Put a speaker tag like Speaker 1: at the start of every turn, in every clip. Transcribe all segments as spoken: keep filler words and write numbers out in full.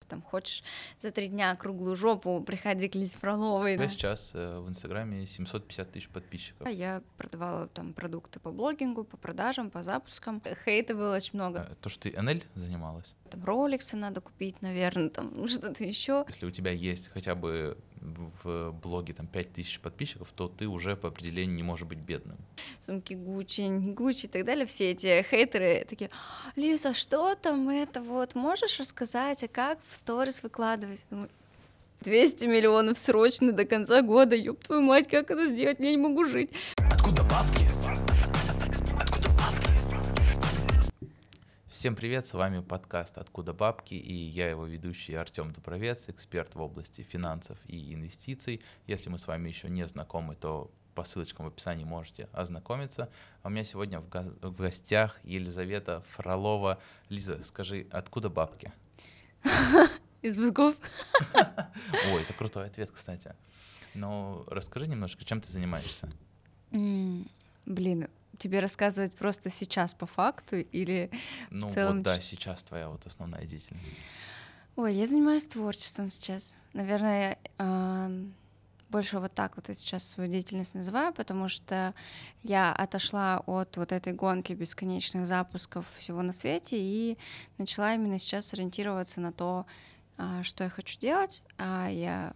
Speaker 1: там хочешь за три дня круглую жопу, приходи к Лизе Фроловой.
Speaker 2: У тебя сейчас э, в Инстаграме семьсот пятьдесят тысяч подписчиков.
Speaker 1: Я продавала там продукты по блогингу, по продажам, по запускам. Хейта было очень много.
Speaker 2: То, что ты эн эль занималась?
Speaker 1: Там роликсы надо купить, наверное, там что-то еще.
Speaker 2: Если у тебя есть хотя бы в блоге там пять тысяч подписчиков, то ты уже по определению не можешь быть бедным.
Speaker 1: Сумки Гуччи, не Гуччи и так далее, все эти хейтеры такие: Лиза, что там это вот, можешь рассказать, а как в сторис выкладывать? Думаю, двести миллионов срочно до конца года, ёб твою мать, как это сделать, я не могу жить.
Speaker 2: Откуда бабки? Откуда бабки? Всем привет, с вами подкаст «Откуда бабки» и я его ведущий Артем Дубровец, эксперт в области финансов и инвестиций. Если мы с вами еще не знакомы, то по ссылочкам в описании можете ознакомиться. А у меня сегодня в, го- в гостях Елизавета Фролова. Лиза, скажи, откуда бабки?
Speaker 1: Из мозгов.
Speaker 2: Ой, это крутой ответ, кстати. Но расскажи немножко, чем ты занимаешься?
Speaker 1: М, Блин, тебе рассказывать просто сейчас по факту или
Speaker 2: Ну
Speaker 1: в целом?
Speaker 2: вот да, сейчас твоя вот основная деятельность.
Speaker 1: Ой, я занимаюсь творчеством сейчас. Наверное, ам, больше вот так вот я сейчас свою деятельность называю, потому что я отошла от вот этой гонки бесконечных запусков всего на свете и начала именно сейчас ориентироваться на то, а, что я хочу делать. А я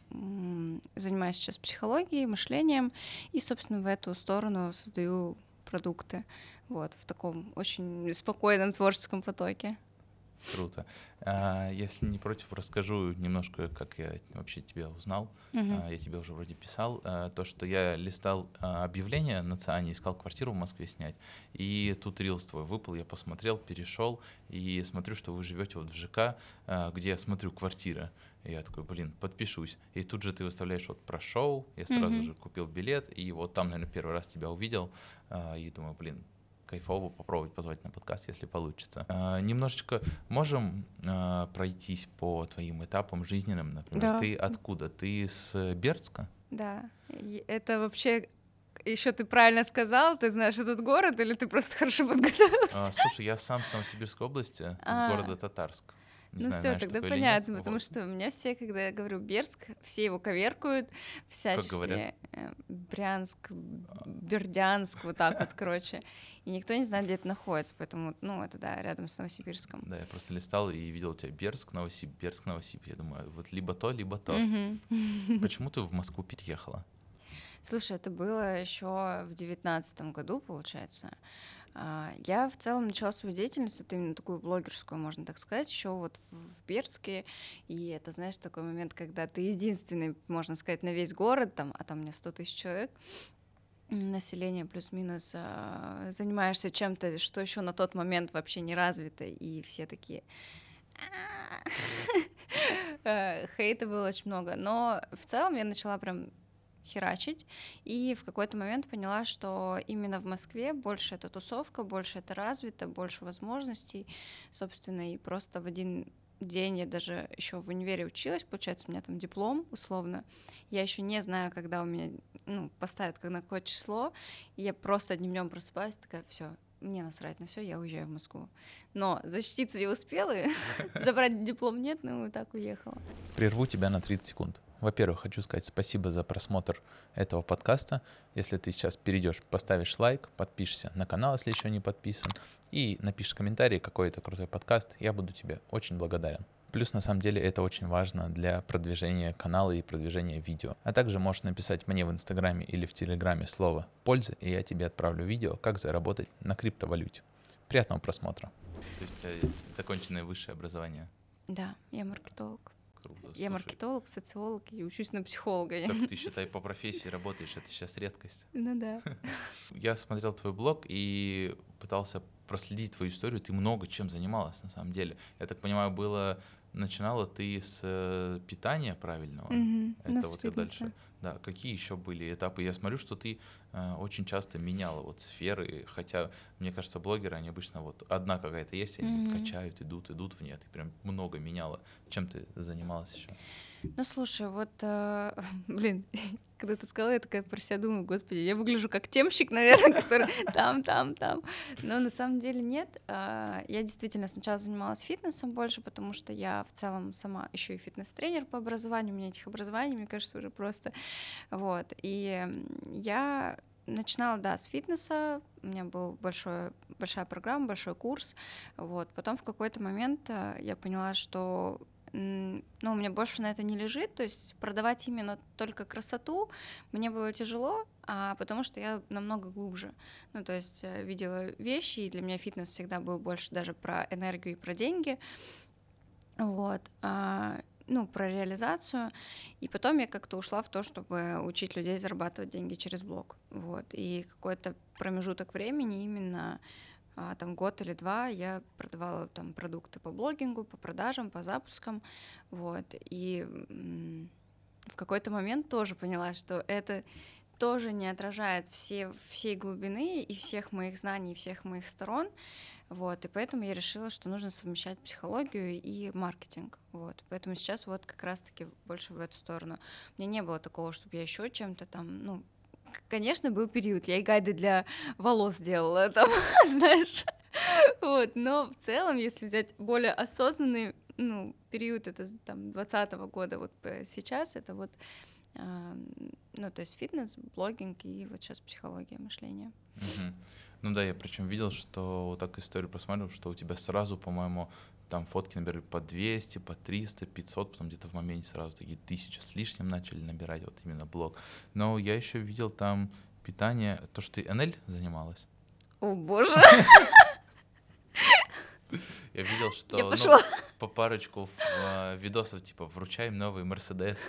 Speaker 1: м, занимаюсь сейчас психологией, мышлением, и, собственно, в эту сторону создаю продукты. Вот, в таком очень спокойном творческом потоке.
Speaker 2: Круто. А, Если не против, расскажу немножко, как я вообще тебя узнал.
Speaker 1: Мгм.
Speaker 2: А, Я тебе уже вроде писал. А, То, что я листал а, объявление на ЦИАНе, искал квартиру в Москве снять. И тут рилс твой выпал, я посмотрел, перешел и смотрю, что вы живете вот в ЖК, а, где я смотрю квартира. И я такой, блин, подпишусь. И тут же ты выставляешь вот про шоу, я сразу
Speaker 1: Мгм.
Speaker 2: же купил билет, и вот там, наверное, первый раз тебя увидел, а, и думаю, блин, кайфово попробовать позвать на подкаст, если получится. А, немножечко можем а, пройтись по твоим этапам жизненным, например.
Speaker 1: Да.
Speaker 2: Ты откуда? Ты с Бердска?
Speaker 1: Да, и это вообще еще ты правильно сказал, ты знаешь этот город, или ты просто хорошо подготовился?
Speaker 2: А, слушай, я сам с Новосибирской области, с
Speaker 1: А.
Speaker 2: города Татарск. Не
Speaker 1: Ну
Speaker 2: знаю,
Speaker 1: все,
Speaker 2: знаешь
Speaker 1: тогда
Speaker 2: такое или нет.
Speaker 1: понятно, потому
Speaker 2: Вот.
Speaker 1: что у меня все, когда я говорю Берск, все его коверкуют всячески.
Speaker 2: говорят?
Speaker 1: э, Брянск, Бердянск, вот так вот, короче. И никто не знает, где это находится, поэтому, ну, это, да, рядом с Новосибирском.
Speaker 2: Да, я просто листал и видел у тебя Бердск, Новосибирск, Бердск, Новосибирск. Я думаю, вот либо то, либо то.
Speaker 1: Мгм.
Speaker 2: Почему ты в Москву переехала?
Speaker 1: Слушай, это было еще в девятнадцатом году, получается. А, Я в целом начала свою деятельность, вот именно такую блогерскую, можно так сказать, еще вот в в Бердске. И это, знаешь, такой момент, когда ты единственный, можно сказать, на весь город, там, а там у меня сто тысяч человек, м, население плюс-минус, а, занимаешься чем-то, что еще на тот момент вообще не развито, и все такие... «А». Э, Хейта было очень много, но в целом я начала прям херачить, и в какой-то момент поняла, что именно в Москве больше это тусовка, больше это развито, больше возможностей, собственно, и просто в один день я даже еще в универе училась, получается, у меня там диплом, условно, я еще не знаю, когда у меня, ну, поставят как на какое число, и я просто одним днем просыпаюсь, такая, все, мне насрать на все, я уезжаю в Москву. Но защититься я успела, забрать диплом нет, ну, вот так уехала.
Speaker 2: Прерву тебя на тридцать секунд. Во-первых, хочу сказать спасибо за просмотр этого подкаста. Если ты сейчас перейдешь, поставишь лайк, подпишешься на канал, если еще не подписан, и напишешь комментарий, какой это крутой подкаст, я буду тебе очень благодарен. Плюс, на самом деле, это очень важно для продвижения канала и продвижения видео. А также можешь написать мне в Инстаграме или в Телеграме слово «польза», и я тебе отправлю видео, как заработать на криптовалюте. Приятного просмотра. То есть у тебя законченное высшее образование.
Speaker 1: Да, я маркетолог.
Speaker 2: Круто.
Speaker 1: Я
Speaker 2: Слушай,
Speaker 1: маркетолог, социолог и учусь на психолога.
Speaker 2: так ты, считай, по профессии работаешь, это сейчас редкость.
Speaker 1: Ну да.
Speaker 2: Я смотрел твой блог и пытался проследить твою историю. Ты много чем занималась на самом деле. Я так понимаю, было начинала ты с э, питания правильного.
Speaker 1: Мгм.
Speaker 2: Это
Speaker 1: Ну,
Speaker 2: вот
Speaker 1: с
Speaker 2: я
Speaker 1: фитнеса.
Speaker 2: дальше. Да, какие еще были этапы? Я смотрю, что ты э, очень часто меняла вот сферы, хотя мне кажется, блогеры они обычно вот одна какая-то есть, они вот
Speaker 1: Мгм.
Speaker 2: качают, идут, идут в нее. Ты прям много меняла. Чем ты занималась еще?
Speaker 1: Ну, слушай, вот, э, блин, когда ты сказала, я такая про себя думаю, господи, я выгляжу как темщик, наверное, который там, там, там. Но на самом деле нет. А, Я действительно сначала занималась фитнесом больше, потому что я в целом сама еще и фитнес-тренер по образованию. У меня этих образований, мне кажется, уже просто. Вот. И м, я начинала, да, с фитнеса. У меня был большой, большая программа, большой курс. Вот. Потом в какой-то момент а, я поняла, что м, ну, у меня больше на это не лежит, то есть продавать именно только красоту мне было тяжело, а потому что я намного глубже. Ну, то есть э, видела вещи, и для меня фитнес всегда был больше даже про энергию и про деньги. Вот. а, ну, про реализацию. И потом я как-то ушла в то, чтобы учить людей зарабатывать деньги через блог. Вот. И какой-то промежуток времени, именно а, там год или два, я продавала там продукты по блогингу, по продажам, по запускам. Вот. И м, в какой-то момент тоже поняла, что это тоже не отражает все, всей глубины и всех моих знаний, и всех моих сторон. Вот, и поэтому я решила, что нужно совмещать психологию и маркетинг. Вот, поэтому сейчас вот как раз-таки больше в эту сторону. У меня не было такого, чтобы я еще чем-то там, ну, к- конечно, был период, я и гайды для волос делала, там, знаешь, вот, но в целом, если взять более осознанный, ну, период, это с, там двадцатого года, вот э, сейчас, это вот, а, ну, то есть фитнес, блогинг и вот сейчас психология мышления.
Speaker 2: Мгм. Ну да, я причем видел, что вот так историю просматривал, что у тебя сразу, по-моему, там фотки набирали по двести, по триста, пятьсот, потом где-то в моменте сразу такие тысячи с лишним начали набирать вот именно блог. Но я еще видел там питание, то, что ты эн эль занималась.
Speaker 1: О, боже,
Speaker 2: Я видел,
Speaker 1: я
Speaker 2: что, ну,
Speaker 1: пошла.
Speaker 2: по парочку э, видосов, типа, вручаем новый Мерседес.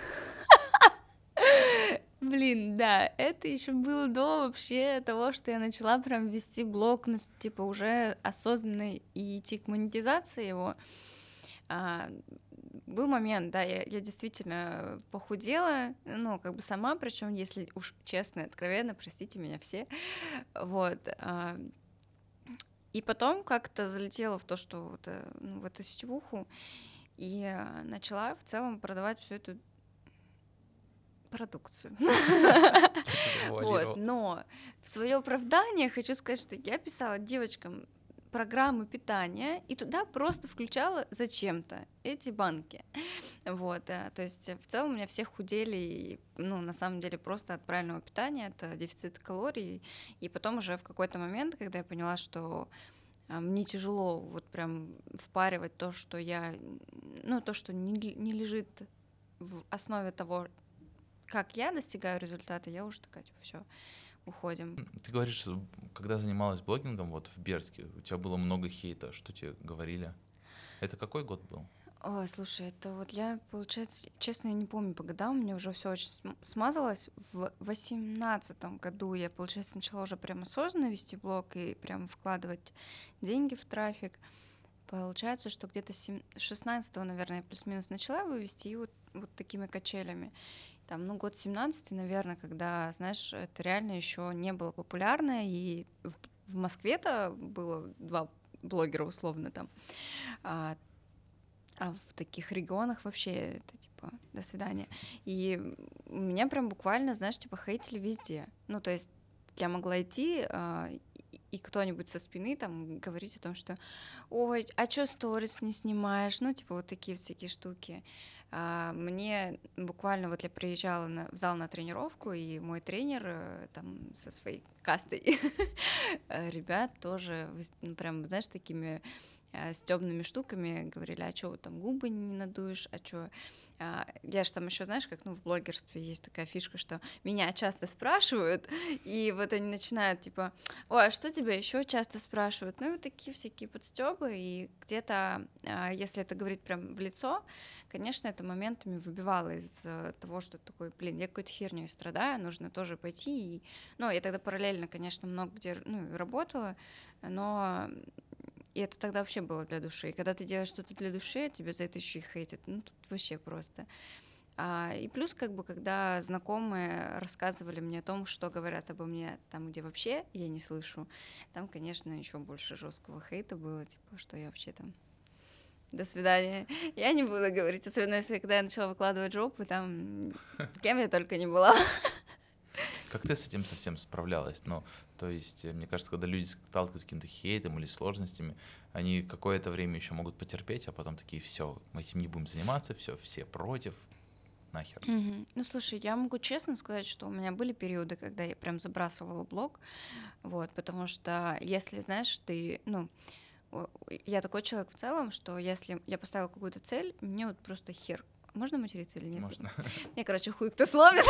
Speaker 1: Блин, да, это еще было до вообще того, что я начала прям вести блог, ну, с- типа уже осознанно и идти к монетизации его. А, Был момент, да, я, я действительно похудела, ну, как бы сама, причем, если уж честно и откровенно, простите меня все, вот. а, И потом как-то залетела в то, что вот, э, ну, в эту сетевуху, и э, начала в целом продавать всю эту продукцию.
Speaker 2: Так
Speaker 1: Вот,
Speaker 2: завуалировал.
Speaker 1: но в свое оправдание хочу сказать, что я писала девочкам программы питания и туда просто включала зачем-то эти банки. Вот, э, то есть э, в целом у меня все худели, и, ну, на самом деле просто от правильного питания, это дефицит калорий. И потом уже в какой-то момент, когда я поняла, что а, мне тяжело вот прям впаривать то, что я, ну, то, что не, л- не лежит в основе того, как я достигаю результата, я уже такая, типа, все, уходим.
Speaker 2: Ты говоришь, з- когда занималась блогингом вот в Бердске, у тебя было много хейта, что тебе говорили? Это какой год был?
Speaker 1: Ой, слушай, это вот я, получается, честно, я не помню по годам, у меня уже все очень см- смазалось. В восемнадцатом году я, получается, начала уже прям осознанно вести блог и прям вкладывать деньги в трафик. Получается, что где-то с сем- шестнадцатого, наверное, я плюс-минус начала его вести, и вот, вот такими качелями. Там, ну, год семнадцатый, наверное, когда, знаешь, это реально еще не было популярно, и в, в Москве-то было два блогера условно там, а, а в таких регионах вообще это типа до свидания. И меня прям буквально, знаешь, типа хейтили везде. Ну, то есть я могла идти, а, и и кто-нибудь со спины там говорить о том, что ой, а чё сторис не снимаешь? Ну, типа вот такие всякие штуки. А, Мне буквально вот я приезжала на- в зал на тренировку, и мой тренер э, там со своей кастой э, ребят тоже выс- ну, прям, знаешь, такими э, с темными штуками говорили, а что там губы не надуешь, а что я же там еще, знаешь, как ну в блогерстве есть такая фишка, что меня часто спрашивают, и вот они начинают типа, ой, а что тебя еще часто спрашивают? Ну и вот такие всякие подстебы, и где-то, а, если это говорить прям в лицо, конечно, это моментами выбивало из э, того, что такой, блин, я какой-то херней страдаю, нужно тоже пойти. И... Ну, я тогда параллельно, конечно, много где ну, работала, но и это тогда вообще было для души. И когда ты делаешь что-то для души, а тебе за это еще и хейтят. Ну, тут вообще просто. А, и плюс, как бы, когда знакомые рассказывали мне о том, что говорят обо мне там, где вообще я не слышу, там, конечно, еще больше жесткого хейта было, типа, что я вообще там до свидания. Я не буду говорить, особенно если когда я начала выкладывать жопу, там, кем я только не была.
Speaker 2: Как ты с этим совсем справлялась? Ну, то есть, э, мне кажется, когда люди сталкиваются с каким-то хейтом или сложностями, они какое-то время еще могут потерпеть, а потом такие, все, мы этим не будем заниматься, все, все против, нахер.
Speaker 1: Мгм. Ну, слушай, я могу честно сказать, что у меня были периоды, когда я прям забрасывала блог, вот, потому что если, знаешь, ты, ну, о- я такой человек в целом, что если я поставила какую-то цель, мне вот просто хер. Можно материться или нет?
Speaker 2: Можно.
Speaker 1: Мне, короче, хуй кто сломит.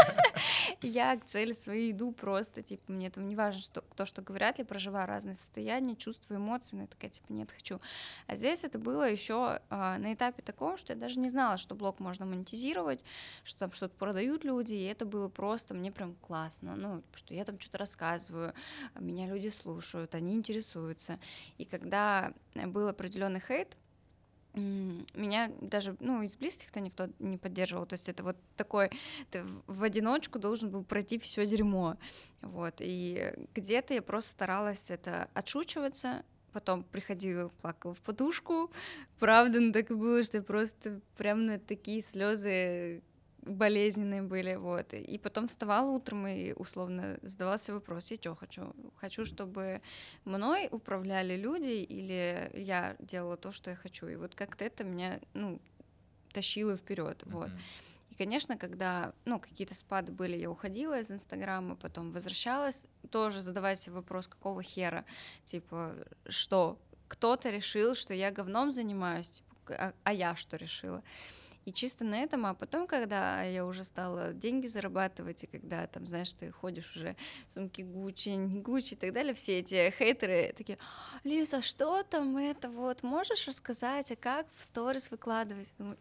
Speaker 1: Я к цели своей иду просто, типа, мне там не важно, что, кто что говорят, я проживаю разные состояния, чувства, эмоции, но я такая, типа, нет, хочу. А здесь это было еще а, на этапе таком, что я даже не знала, что блог можно монетизировать, что там что-то продают люди, и это было просто, мне прям классно, ну, что я там что-то рассказываю, меня люди слушают, они интересуются. И когда был определенный хейт, М, меня даже, ну, из близких-то никто не поддерживал, то есть это вот такой, ты в в одиночку должен был пройти все дерьмо, вот, и где-то я просто старалась это отшучиваться, потом приходила, плакала в подушку, правда, ну так и было, что я просто прям на такие слезы болезненные были, вот, и потом вставала утром и условно задавался вопрос, я что хочу? Хочу, чтобы мной управляли люди или я делала то, что я хочу. И вот как-то это меня, ну, тащило вперед, вот.
Speaker 2: Мгм.
Speaker 1: И, конечно, когда, ну, какие-то спады были, я уходила из Инстаграма, потом возвращалась, тоже задавая себе вопрос, какого хера, типа, что кто-то решил, что я говном занимаюсь, типа, а, а я что решила? И чисто на этом, а потом, когда я уже стала деньги зарабатывать, и когда там, знаешь, ты ходишь уже сумки Гуччи, не Гуччи и так далее, все эти хейтеры такие: Лиза, что там это вот, можешь рассказать, а как в сторис выкладывать? Думаю,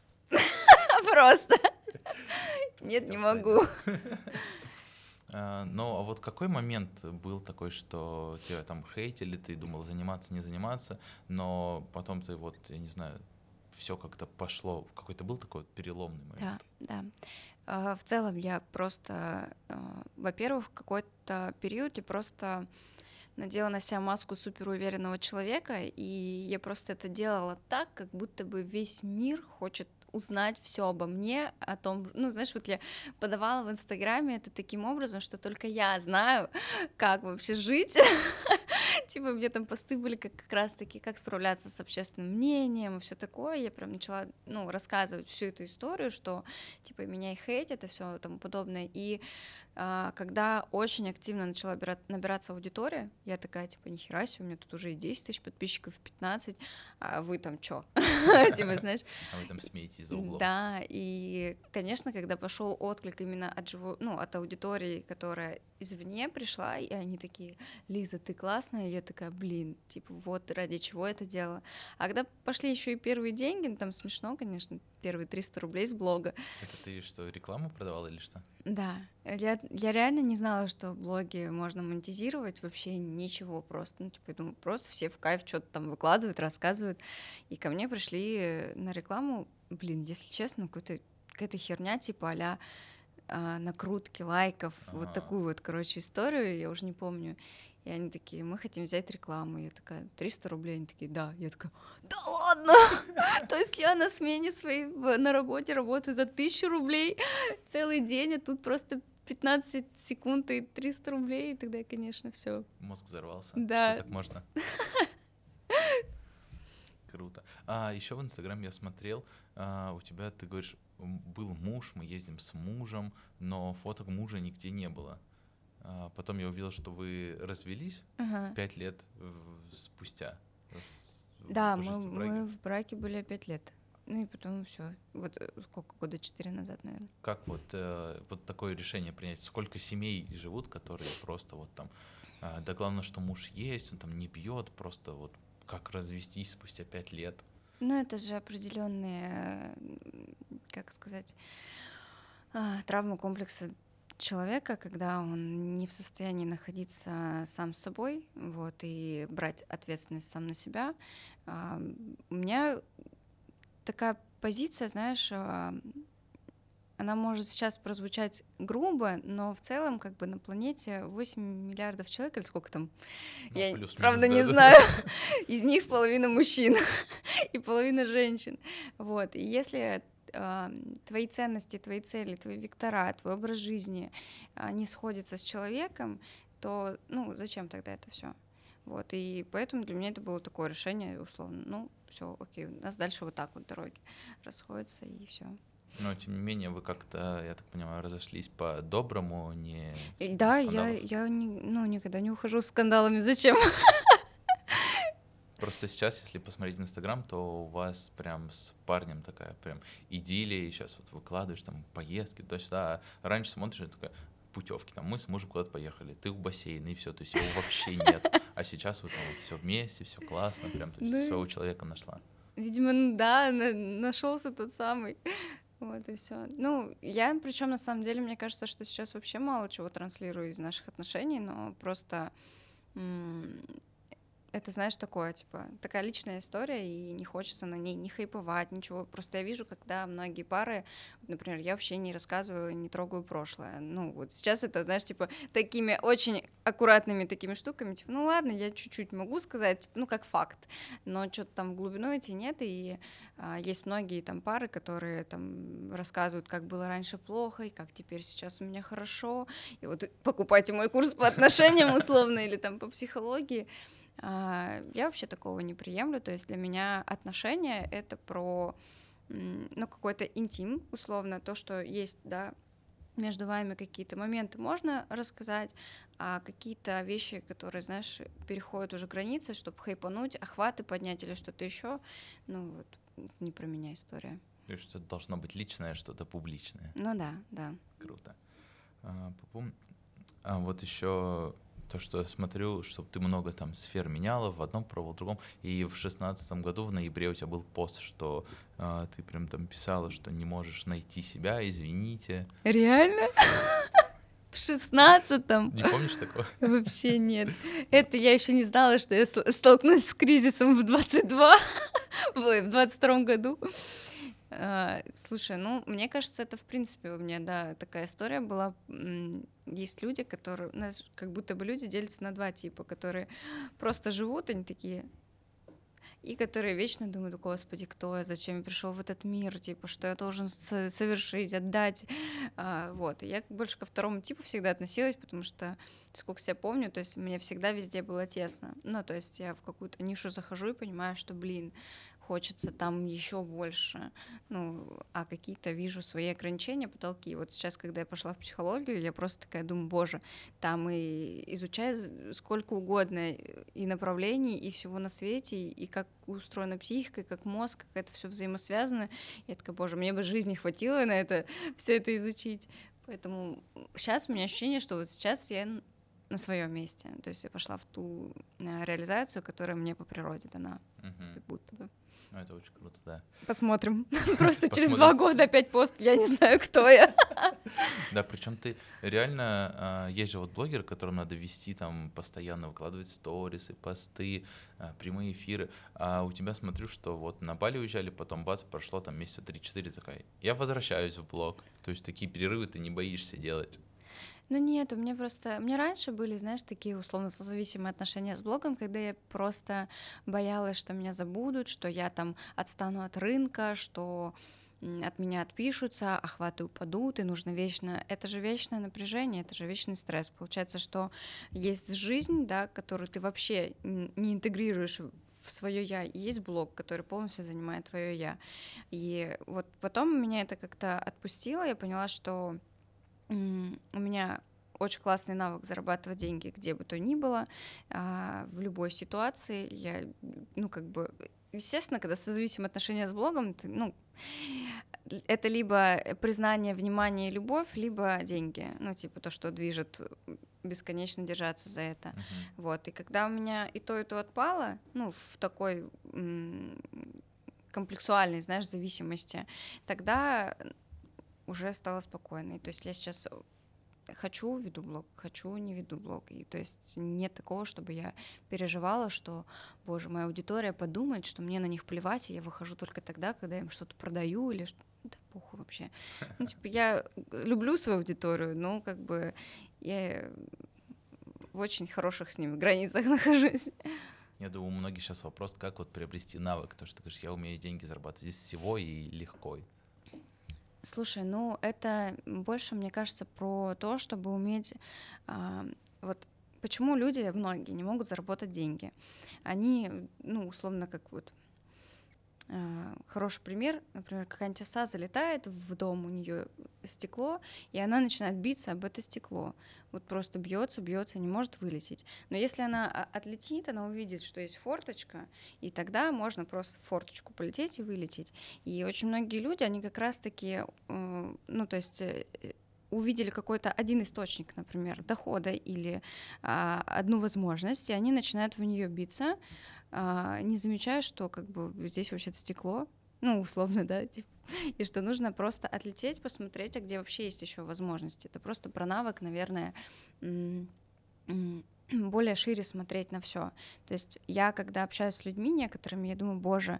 Speaker 1: просто нет, не
Speaker 2: Хотел сказать,
Speaker 1: могу.
Speaker 2: да. А, Ну, а вот какой момент был такой, что тебя там хейтили, ты думал заниматься, не заниматься, но потом ты вот, я не знаю, все как-то пошло, какой-то был такой вот переломный
Speaker 1: Да,
Speaker 2: момент?
Speaker 1: да. А, В целом я просто, а, во-первых, в какой-то период я просто надела на себя маску суперуверенного человека, и я просто это делала так, как будто бы весь мир хочет узнать все обо мне, о том, ну, знаешь, вот я подавала в Инстаграме это таким образом, что только я знаю, как вообще жить. Типа мне там посты были как, как раз-таки, как справляться с общественным мнением и все такое. Я прям начала, ну, рассказывать всю эту историю, что, типа, меня и хейтят и все тому подобное. И а, когда очень активно начала бира- набираться аудитория, я такая, типа, нихера себе, у меня тут уже и десять тысяч подписчиков, пятнадцать, а вы там чё? Типа, знаешь,
Speaker 2: А вы там смеетесь за углом.
Speaker 1: да, и, конечно, когда пошел отклик именно от живо, ну, от аудитории, которая извне пришла, и они такие: Лиза, ты классная, я такая, блин, типа, вот ради чего это делала. А когда пошли еще и первые деньги, ну, там смешно, конечно, первые триста рублей с блога,
Speaker 2: Это ты что, рекламу продавал или что?
Speaker 1: да, я, я реально не знала, что блоги можно монетизировать, вообще ничего просто. Ну, типа, я думаю, просто все в кайф что-то там выкладывают, рассказывают. И ко мне пришли э, на рекламу, блин, если честно, какой-то, какая-то херня типа а-ля а, накрутки лайков, вот
Speaker 2: Ага.
Speaker 1: такую вот, короче, историю, я уже не помню. И они такие: мы хотим взять рекламу. Я такая: триста рублей. Они такие: да. Я такая: да ладно! То есть я на смене своей в- на работе работаю за тысячу рублей целый день, а тут просто пятнадцать секунд и триста рублей, и тогда, конечно, все.
Speaker 2: Мозг взорвался. Что
Speaker 1: Да.
Speaker 2: так можно? Круто. А еще в Инстаграм я смотрел, а, у тебя, ты говоришь, м, был муж, мы ездим с мужем, но фоток мужа нигде не было. А, потом я увидел, что вы развелись
Speaker 1: Ага.
Speaker 2: пять лет в- спустя. С-
Speaker 1: Да,
Speaker 2: Вы
Speaker 1: мы,
Speaker 2: живете в Праге.
Speaker 1: мы в браке были пять лет. Ну и потом все. Вот э, сколько, года четыре назад, наверное.
Speaker 2: Как вот, э, вот такое решение принять? Сколько семей живут, которые просто вот там, а, да главное, что муж есть, он там не пьет, просто вот как развестись спустя пять лет?
Speaker 1: Ну, это же определенные, как сказать, а, травмы комплекса человека, когда он не в состоянии находиться сам с собой, вот, и брать ответственность сам на себя. А, У меня такая позиция, знаешь, а, она может сейчас прозвучать грубо, но в целом как бы на планете восемь миллиардов человек, или сколько там,
Speaker 2: Ну,
Speaker 1: я
Speaker 2: плюс-минус,
Speaker 1: правда не
Speaker 2: да, да.
Speaker 1: знаю, из них половина мужчин и половина женщин, вот, и если а, твои ценности, твои цели, твои вектора, твой образ жизни а, не сходятся с человеком, то, ну, зачем тогда это все? Вот, и поэтому для меня это было такое решение, условно, ну, все, окей, у нас дальше вот так вот дороги расходятся, и все.
Speaker 2: Но, тем не менее, вы как-то, я так понимаю, разошлись по-доброму, не
Speaker 1: И
Speaker 2: без
Speaker 1: да, я,
Speaker 2: скандалов.
Speaker 1: я не, ну, никогда не ухожу с скандалами, зачем?
Speaker 2: Просто сейчас, если посмотреть Инстаграм, то у вас прям с парнем такая прям идиллия, и сейчас вот выкладываешь там поездки туда-сюда, а раньше смотришь, и такая путевки, там мы с мужем куда-то поехали, ты в бассейн, и все, то есть его вообще нет. А сейчас вот, вот все вместе, все классно, прям, то есть
Speaker 1: Ну,
Speaker 2: своего человека нашла.
Speaker 1: видимо, ну да, нашелся тот самый. Вот и все. Ну, я, причем на самом деле, мне кажется, что сейчас вообще мало чего транслирую из наших отношений, но просто м, это, знаешь, такое, типа, такая личная история, и не хочется на ней не хайповать, ничего. Просто я вижу, когда многие пары, вот, например, я вообще не рассказываю, не трогаю прошлое. Ну, вот сейчас это, знаешь, типа, такими очень аккуратными такими штуками, типа, ну ладно, я чуть-чуть могу сказать, ну, как факт, но что-то там в глубину идти нет, и а, есть многие там пары, которые там рассказывают, как было раньше плохо, и как теперь сейчас у меня хорошо, и вот покупайте мой курс по отношениям условно, или там по психологии. А, Я вообще такого не приемлю, то есть для меня отношения — это про, м, ну, какой-то интим, условно, то, что есть, да, между вами какие-то моменты можно рассказать, а какие-то вещи, которые, знаешь, переходят уже границы, чтобы хайпануть, охваты поднять или что-то еще, ну, вот, это не про меня история.
Speaker 2: То есть это должно быть личное, что-то публичное.
Speaker 1: Ну да, да.
Speaker 2: Круто. А, пупум. А вот еще то, что я смотрю, что ты много там сфер меняла, в одном пробовал, в другом. И в шестнадцатом году, в ноябре, у тебя был пост, что а, ты прям там писала, что не можешь найти себя, извините.
Speaker 1: Реально? В шестнадцатом?
Speaker 2: Не помнишь такого?
Speaker 1: Вообще нет. Это я еще не знала, что я с- столкнусь с кризисом в двадцать два, ой, в двадцать втором году. А, Слушай, ну, мне кажется, это, в принципе, у меня, да, такая история была. М, Есть люди, которые, у нас как будто бы люди делятся на два типа, которые просто живут, они такие, и которые вечно думают: господи, кто я, зачем я пришел в этот мир, типа, что я должен со- совершить, отдать. А, вот. И я больше ко второму типу всегда относилась, потому что, сколько себя помню, то есть мне всегда везде было тесно. Ну, то есть я в какую-то нишу захожу и понимаю, что, блин, хочется там еще больше, ну, а какие-то вижу свои ограничения, потолки. Вот сейчас, когда я пошла в психологию, я просто такая думаю: боже, там и изучай з- сколько угодно и направлений, и всего на свете, и и как устроена психика, и как мозг, как это все взаимосвязано. Я такая: боже, мне бы жизни хватило на это, все это изучить. Поэтому сейчас у меня ощущение, что вот сейчас я н- на своем месте. То есть я пошла в ту э, реализацию, которая мне по природе дана,
Speaker 2: Мгм.
Speaker 1: как будто бы.
Speaker 2: Ну, это очень круто, да.
Speaker 1: Посмотрим. Просто через
Speaker 2: Посмотрим.
Speaker 1: два года опять пост, я не знаю, кто я.
Speaker 2: Да, причем ты реально, а, есть же вот блогеры, которым надо вести там постоянно, выкладывать сторисы, посты, а, прямые эфиры, а у тебя смотрю, что вот на Бали уезжали, потом бац, прошло там месяца три-четыре, такая, я возвращаюсь в блог, то есть такие перерывы ты не боишься делать.
Speaker 1: Ну нет, у меня просто... У меня раньше были, знаешь, такие условно созависимые отношения с блогом, когда я просто боялась, что меня забудут, что я там отстану от рынка, что м, от меня отпишутся, охваты упадут, и нужно вечно... Это же вечное напряжение, это же вечный стресс. Получается, что есть жизнь, да, которую ты вообще н- не интегрируешь в свое я, и есть блог, который полностью занимает твое я. И вот потом меня это как-то отпустило, я поняла, что М, у меня очень классный навык зарабатывать деньги где бы то ни было, а, в любой ситуации. Я, ну, как бы, естественно, когда созависимые отношения с блогом, ты, ну, это либо признание, внимание и любовь, либо деньги. Ну, типа то, что движет м, бесконечно держаться за это.
Speaker 2: Мгм.
Speaker 1: Вот. И когда у меня и то, и то отпало, ну, в такой м, комплексуальной, знаешь, зависимости, тогда уже стало спокойно. И то есть я сейчас хочу — веду блог, хочу — не веду блог. И то есть нет такого, чтобы я переживала, что, боже, моя аудитория подумает, что мне на них плевать, и я выхожу только тогда, когда я им что-то продаю или что. Да похуй вообще. Ну, типа, я люблю свою аудиторию, но как бы я в очень хороших с ними границах нахожусь.
Speaker 2: Я думаю, у многих сейчас вопрос, как вот приобрести навык, то, что ты говоришь, я умею деньги зарабатывать из всего и легко.
Speaker 1: Слушай, ну это больше, мне кажется, про то, чтобы уметь... А, вот почему люди, многие, не могут заработать деньги. Они, ну, условно, как вот... Uh, хороший пример, например, какая-нибудь оса залетает в дом, у нее стекло, и она начинает биться об это стекло. Вот просто бьется, бьется, не может вылететь. Но если она отлетит, она увидит, что есть форточка, и тогда можно просто в форточку полететь и вылететь. И очень многие люди, они как раз-таки, uh, ну, то есть увидели какой-то один источник, например, дохода или uh, одну возможность, и они начинают в нее биться, не замечая, что как бы здесь вообще-то стекло, ну, условно, да, типа, и что нужно просто отлететь, посмотреть, а где вообще есть еще возможности. Это просто про навык, наверное, более шире смотреть на все. То есть я, когда общаюсь с людьми некоторыми, я думаю, боже,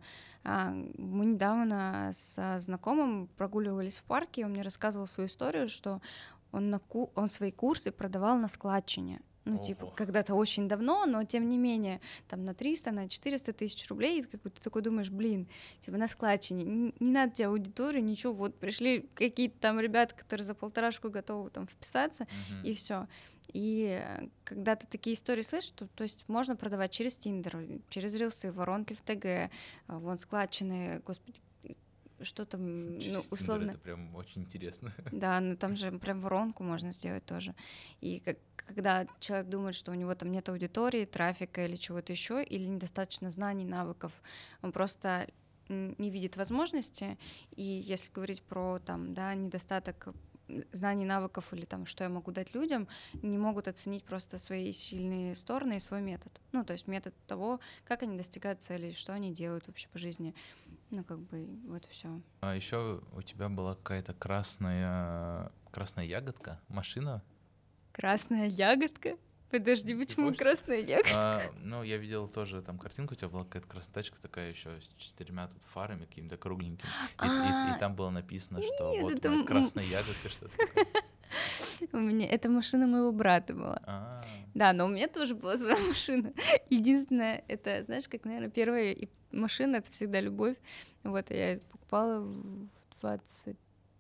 Speaker 1: мы недавно с знакомым прогуливались в парке, и он мне рассказывал свою историю, что он, на ку- он свои курсы продавал на складчине. Ну,
Speaker 2: Ого.
Speaker 1: типа, когда-то очень давно, но тем не менее, там на триста, на четыреста тысяч рублей, и как бы ты такой думаешь, блин, типа на складчине, не, не надо тебе аудиторию, ничего, вот пришли какие-то там ребята, которые за полторашку готовы там вписаться,
Speaker 2: Мгм.
Speaker 1: и все. И когда ты такие истории слышишь, то, то есть можно продавать через Тиндер, через рилсы, воронки в ТГ, вон складчины, господи, что там,
Speaker 2: Через
Speaker 1: ну,
Speaker 2: Tinder
Speaker 1: условно.
Speaker 2: это прям очень интересно.
Speaker 1: Да, ну там же прям воронку можно сделать тоже. И как, когда человек думает, что у него там нет аудитории, трафика или чего-то еще, или недостаточно знаний, навыков, он просто не видит возможности. И если говорить про там, да, недостаток знаний, навыков или там, что я могу дать людям, не могут оценить просто свои сильные стороны и свой метод. Ну, то есть метод того, как они достигают целей, что они делают вообще по жизни. Ну, как бы, вот все.
Speaker 2: А еще у тебя была какая-то красная, красная ягодка, машина.
Speaker 1: Красная ягодка? Подожди,
Speaker 2: Ты
Speaker 1: почему
Speaker 2: помнишь?
Speaker 1: красная ягодка?
Speaker 2: А, ну, я видел тоже там картинку, у тебя была какая-то красная тачка такая еще с четырьмя тут фарами какими-то кругленькими. И, и- и
Speaker 1: А,
Speaker 2: там было написано, что
Speaker 1: нет,
Speaker 2: вот
Speaker 1: это
Speaker 2: моя
Speaker 1: м-
Speaker 2: красная ягодка, что-то такое.
Speaker 1: у меня это машина моего брата была.
Speaker 2: А,
Speaker 1: Да, но у меня тоже была своя машина. Единственное, это, знаешь, как, наверное, первая и- машина — это всегда любовь. Вот, я её покупала в двадцать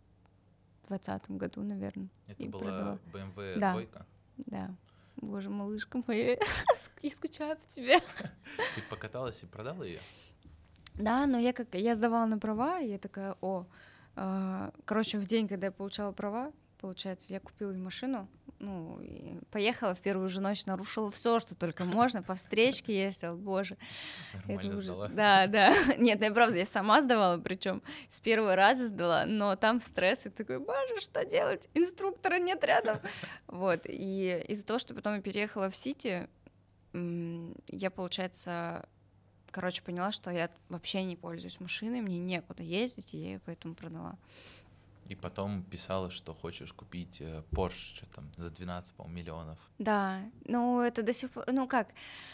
Speaker 1: двадцатом году, наверное,
Speaker 2: это
Speaker 1: и
Speaker 2: была
Speaker 1: продала.
Speaker 2: бэ эм вэ
Speaker 1: Да.
Speaker 2: двойка.
Speaker 1: Да. Боже, малышка моя, я скучаю по тебе.
Speaker 2: Ты покаталась и продала ее?
Speaker 1: Да, но я как я сдавала на права, и я такая, о, а, короче, в день, когда я получала права, получается, я купила ей машину, ну, и поехала в первую же ночь, нарушила все, что только можно, по встречке ездила, боже, это
Speaker 2: Нормально
Speaker 1: ужас.
Speaker 2: сдала.
Speaker 1: Да, да, нет, ну, я правда, я сама сдавала, причем с первого раза сдала, но там стресс, и такой, боже, что делать, инструктора нет рядом, вот, и из-за того, что потом я переехала в Сити, м, я, получается, короче, поняла, что я вообще не пользуюсь машиной, мне некуда ездить, и я ее поэтому продала.
Speaker 2: И потом писала, что хочешь купить э, Porsche, что там, за двенадцать, по-моему, миллионов.
Speaker 1: Да, ну это до сих пор, ну как,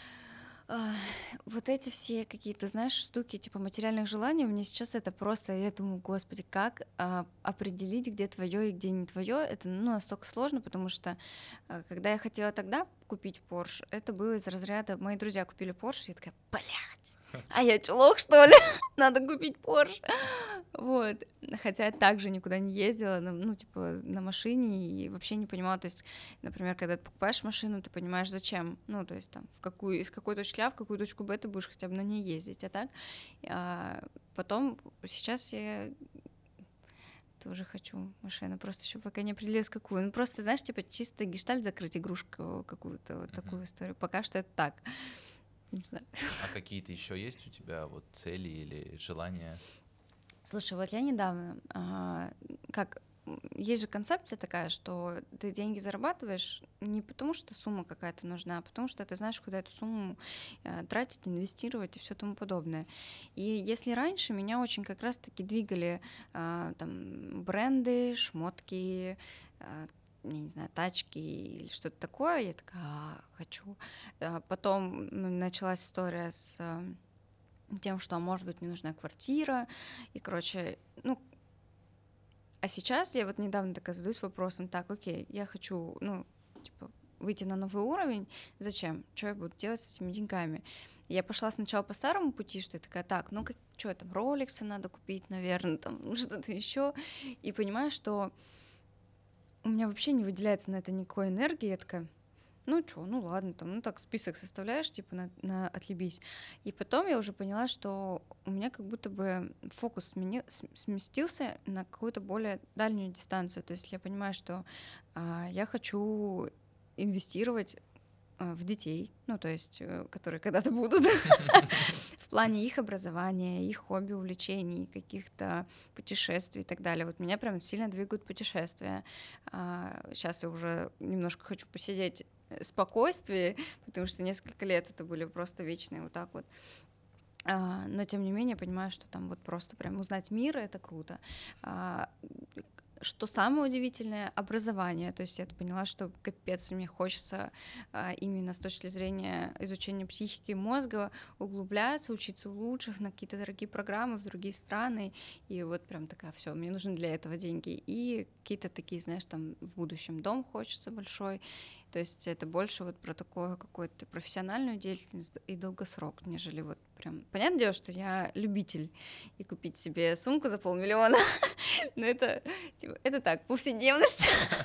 Speaker 1: а, вот эти все какие-то, знаешь, штуки типа материальных желаний, у меня сейчас это просто, я думаю, господи, как а, определить, где твое и где не твое, это ну, настолько сложно, потому что а, когда я хотела тогда купить Porsche, это было из разряда, мои друзья купили Porsche, я такая, блядь, а я чулок, что ли? Надо купить Porsche. Вот. Хотя я также никуда не ездила, на- ну, типа, на машине и вообще не понимала, то есть, например, когда ты покупаешь машину, ты понимаешь, зачем, ну, то есть, там, в какую, из какой точки А в какую точку Б ты будешь хотя бы на ней ездить, а так, а потом, сейчас я тоже хочу машину, просто еще пока не определилась, какую, ну, просто, знаешь, типа, чисто гештальт закрыть, игрушку какую-то, вот
Speaker 2: Мгм.
Speaker 1: такую историю, пока что это так, не знаю.
Speaker 2: А какие-то еще есть у тебя вот цели или желания?
Speaker 1: Слушай, вот я недавно, а, как м, есть же концепция такая, что ты деньги зарабатываешь не потому, что сумма какая-то нужна, а потому что ты знаешь, куда эту сумму э, тратить, инвестировать и все тому подобное. И если раньше меня очень как раз-таки двигали а, там бренды, шмотки, а, я не знаю, тачки или что-то такое, я такая, «А, хочу. А потом м, началась история с а, тем, что, а может быть, мне нужна квартира, и, короче, ну, А сейчас я вот недавно такая задаюсь вопросом, так, окей, я хочу, ну, типа, выйти на новый уровень, зачем? Что я буду делать с этими деньгами? Я пошла сначала по старому пути, что я такая, так, ну, как, что там, роликсы надо купить, наверное, там, что-то еще, и понимаю, что у меня вообще не выделяется на это никакой энергии, я такая, ну что, ну ладно, там, ну так список составляешь, типа на, на отлебись. И потом я уже поняла, что у меня как будто бы фокус смени, сместился на какую-то более дальнюю дистанцию. То есть я понимаю, что а, я хочу инвестировать а, в детей, ну то есть, которые когда-то будут, в плане их образования, их хобби, увлечений, каких-то путешествий и так далее. Вот меня прям сильно двигают путешествия. Сейчас я уже немножко хочу посидеть спокойствии, потому что несколько лет это были просто вечные вот так вот. А, но тем не менее понимаю, что там вот просто прям узнать мир — это круто. А, что самое удивительное — образование. То есть я поняла, что капец мне хочется а, именно с точки зрения изучения психики мозга углубляться, учиться у лучших на какие-то дорогие программы в другие страны. И вот прям такая, все, мне нужны для этого деньги. И какие-то такие, знаешь, там в будущем дом хочется большой. То есть это больше вот про такую какую-то профессиональную деятельность и долгосрок, нежели вот прям... Понятное дело, что я любитель и купить себе сумку за полмиллиона, но это, типа, это так, повседневность.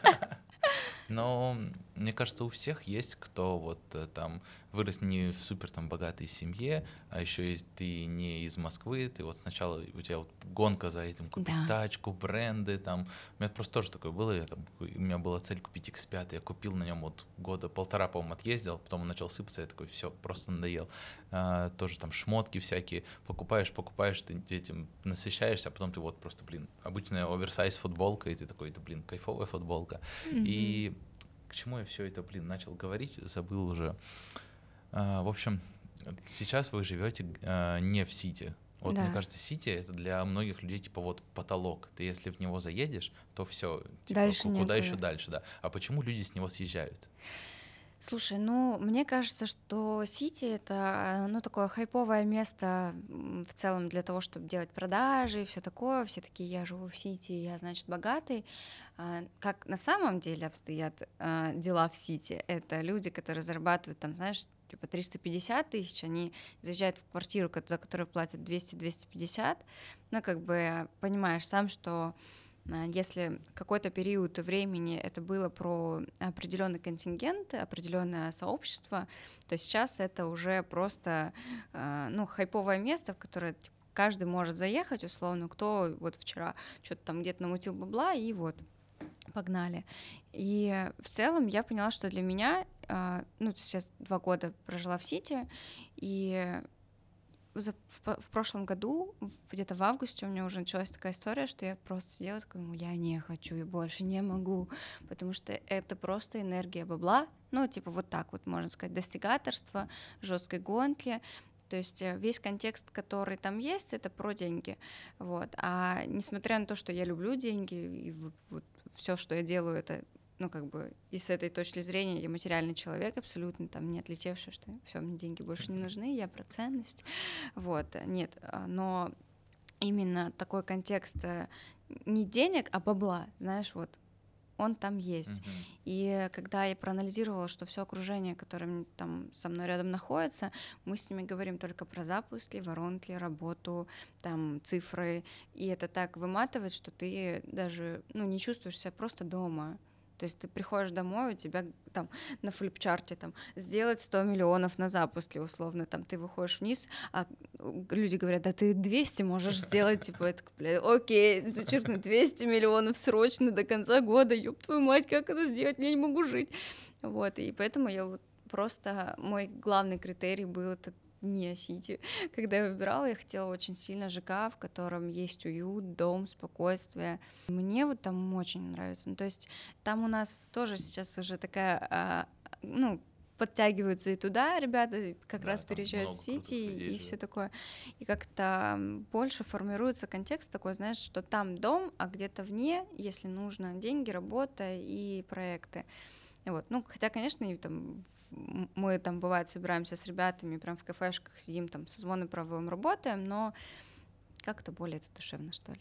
Speaker 2: Но мне кажется, у всех есть кто вот э, там вырос не в супер там богатой семье, а еще есть ты не из Москвы, ты вот сначала у тебя вот гонка за этим купить
Speaker 1: Да.
Speaker 2: тачку, бренды там. У меня просто тоже такое было, я, там, у меня была цель купить икс пять, я купил на нем вот года полтора, по-моему, отъездил, потом он начал сыпаться, я такой, все, просто надоел. А, тоже там шмотки всякие, покупаешь, покупаешь, ты этим насыщаешься, а потом ты вот просто, блин, обычная оверсайз футболка, и ты такой, это, блин, кайфовая футболка.
Speaker 1: Mm-hmm.
Speaker 2: И к чему я все это, блин, начал говорить, забыл уже. А, в общем, сейчас вы живете а, не в Сити. Вот,
Speaker 1: Да.
Speaker 2: мне кажется, Сити — это для многих людей типа вот потолок. Ты если в него заедешь, то все, типа,
Speaker 1: Дальше
Speaker 2: куда
Speaker 1: некуда.
Speaker 2: еще дальше, да. А почему люди с него съезжают?
Speaker 1: Слушай, ну, мне кажется, что Сити — это, ну, такое хайповое место в целом для того, чтобы делать продажи и все такое. Все такие, я живу в Сити, я, значит, богатый. Как на самом деле обстоят дела в Сити? Это люди, которые зарабатывают там, знаешь, типа триста пятьдесят тысяч, они заезжают в квартиру, за которую платят двести - двести пятьдесят. Ну, как бы понимаешь сам, что если какой-то период времени это было про определенный контингент, определенное сообщество, то сейчас это уже просто ну, хайповое место, в которое типа, каждый может заехать, условно, кто вот вчера что-то там где-то намутил бабла, и вот погнали. И в целом я поняла, что для меня, ну, сейчас два года прожила в Сити, и В, в прошлом году, где-то в августе, у меня уже началась такая история, что я просто сидела такая, ну, я не хочу, я больше не могу, потому что это просто энергия бабла, ну, типа вот так вот, можно сказать, достигаторство, жесткой гонки, то есть весь контекст, который там есть, это про деньги, вот, а несмотря на то, что я люблю деньги, и вот, вот все, что я делаю, это ну, как бы, и с этой точки зрения я материальный человек, абсолютно там не отлетевший, что все, мне деньги больше не нужны, я про ценность, вот, нет, но именно такой контекст не денег, а бабла, знаешь, вот, он там есть. Uh-huh. И когда я проанализировала, что все окружение, которое там со мной рядом находится, мы с ними говорим только про запуски, воронки, работу, там, цифры, и это так выматывает, что ты даже, ну, не чувствуешь себя просто дома. То есть ты приходишь домой, у тебя там на флипчарте там сделать сто миллионов на запуске, условно, там ты выходишь вниз, а люди говорят, да ты двести можешь сделать, типа, это, бля, окей, зачеркнуть двести миллионов срочно до конца года, ёб твою мать, как это сделать, я не могу жить. Вот, и поэтому я вот просто, мой главный критерий был это не Сити. Когда я выбирала, я хотела очень сильно ЖК, в котором есть уют, дом, спокойствие. Мне вот там очень нравится. Ну, то есть там у нас тоже сейчас уже такая, а, ну, подтягиваются и туда ребята, как да, раз переезжают в Сити и все такое. И как-то больше формируется контекст такой, знаешь, что там дом, а где-то вне, если нужно, деньги, работа и проекты. Вот. Ну, хотя, конечно, и там мы там, бывает, собираемся с ребятами, прям в кафешках сидим, там, созвоны проводим, работаем, но как-то более это душевно, что ли.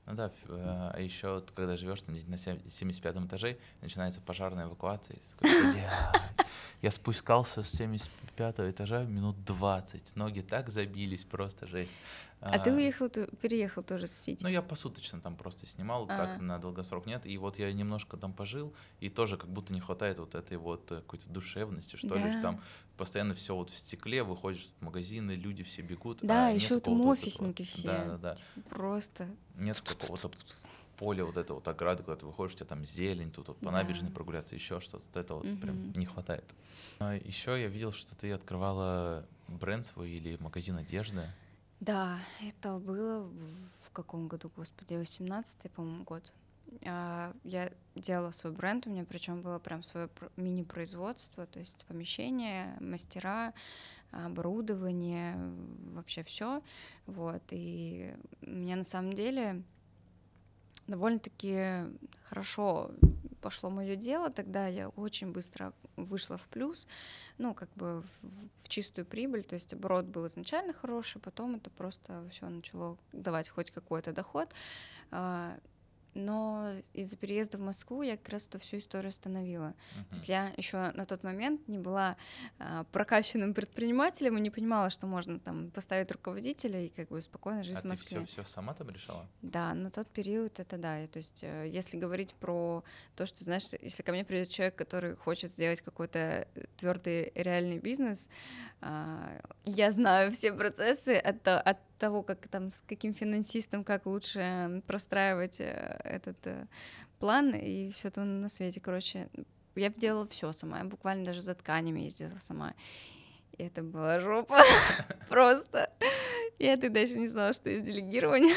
Speaker 2: Ну да, ф- э, а еще вот когда живешь там где-то на сем- семьдесят пятом этаже, начинается пожарная эвакуация, и ты такой, блядь. Я спускался с семьдесят пятого этажа минут двадцать, ноги так забились, просто жесть.
Speaker 1: А ты
Speaker 2: А,
Speaker 1: уехал, ты переехал тоже с Сити?
Speaker 2: Ну, я посуточно там просто снимал, так
Speaker 1: А,
Speaker 2: на долгосрок нет. И вот я немножко там пожил, и тоже как будто не хватает вот этой вот э, какой-то душевности, что ли.
Speaker 1: да.
Speaker 2: Там постоянно все вот в стекле, выходишь в магазины, люди все бегут,
Speaker 1: Да,
Speaker 2: а нет
Speaker 1: еще там
Speaker 2: какого-то вот этого.
Speaker 1: офисники
Speaker 2: Да,
Speaker 1: все.
Speaker 2: да, да.
Speaker 1: Типа просто.
Speaker 2: Нет какого-то поля вот этого вот ограды, куда ты выходишь, у тебя там зелень, тут вот по
Speaker 1: Да.
Speaker 2: набережной прогуляться, еще что-то. Вот это вот прям
Speaker 1: Мгм.
Speaker 2: не хватает. Еще я видел, что ты открывала бренд свой или магазин одежды.
Speaker 1: Да, это было в в каком году, господи, восемнадцатый, по-моему, год. А, Я делала свой бренд, у меня причем было прям свое мини-производство, то есть помещение, мастера, оборудование, вообще все. Вот. И у меня на самом деле довольно-таки хорошо пошло мое дело, тогда я очень быстро вышла в плюс, ну, как бы в, в чистую прибыль, то есть оборот был изначально хороший, потом это просто все начало давать хоть какой-то доход. А, Но из-за переезда в Москву я как раз эту всю историю остановила.
Speaker 2: Мгм.
Speaker 1: То есть я еще на тот момент не была а, прокачанным предпринимателем и не понимала, что можно там поставить руководителя и как бы спокойно жить
Speaker 2: А
Speaker 1: в
Speaker 2: ты
Speaker 1: Москве.
Speaker 2: все, все сама там решала?
Speaker 1: Да, на тот период это да. И то есть, э, если говорить про то, что, знаешь, если ко мне придет человек, который хочет сделать какой-то твердый реальный бизнес, а, я знаю все процессы от, то- от того, как там с каким финансистом, как лучше простраивать э, этот э, план и все то на свете. Короче, я делала все сама, я буквально даже за тканями ездила сама. И это была жопа просто. Я тогда еще не знала, что есть делегирование.